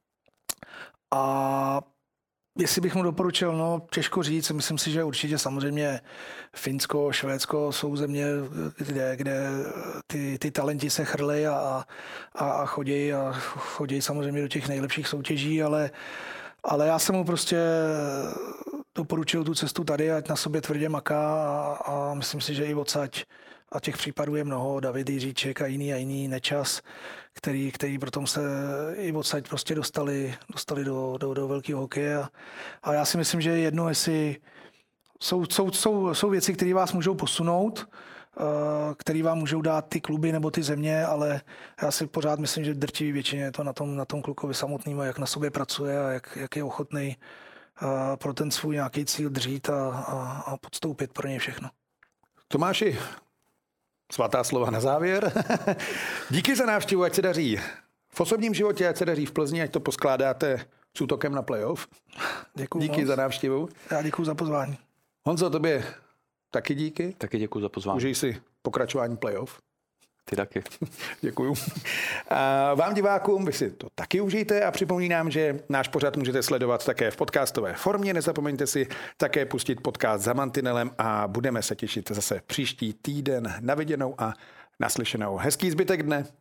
A jestli bych mu doporučil, no těžko říct, myslím si, že určitě samozřejmě Finsko, Švédsko jsou země, kde, kde ty, ty talenti se chrlí a, a, a chodí a chodí samozřejmě do těch nejlepších soutěží, ale, ale já jsem mu prostě doporučil tu cestu tady, ať na sobě tvrdě maká a, a myslím si, že i odsaď, a těch případů je mnoho, David Jiříček a jiný a jiný Nečas, který, který potom se i odsaď prostě dostali, dostali do, do, do velkého hokeje. A, a já si myslím, že jedno, jestli jsou, jsou, jsou, jsou věci, které vás můžou posunout, které vám můžou dát ty kluby nebo ty země, ale já si pořád myslím, že drtivý většině je to na tom, na tom klukovi samotným, jak na sobě pracuje a jak, jak je ochotný pro ten svůj nějaký cíl dřít a, a, a podstoupit pro něj všechno. Tomáši, svatá slova na závěr. Díky za návštěvu, ať se daří v osobním životě, ať se daří v Plzni, ať to poskládáte s útokem na playoff. Děkuju díky moc. za návštěvu. Já děkuju za pozvání. Honzo, tobě taky díky. Taky děkuju za pozvání. Užij si pokračování playoff. Ty taky. Děkuju. A vám divákům, vy si to taky užijte a připomínám, že náš pořad můžete sledovat také v podcastové formě. Nezapomeňte si také pustit podcast Za mantinelem a budeme se těšit zase příští týden. Na viděnou a naslyšenou. Hezký zbytek dne.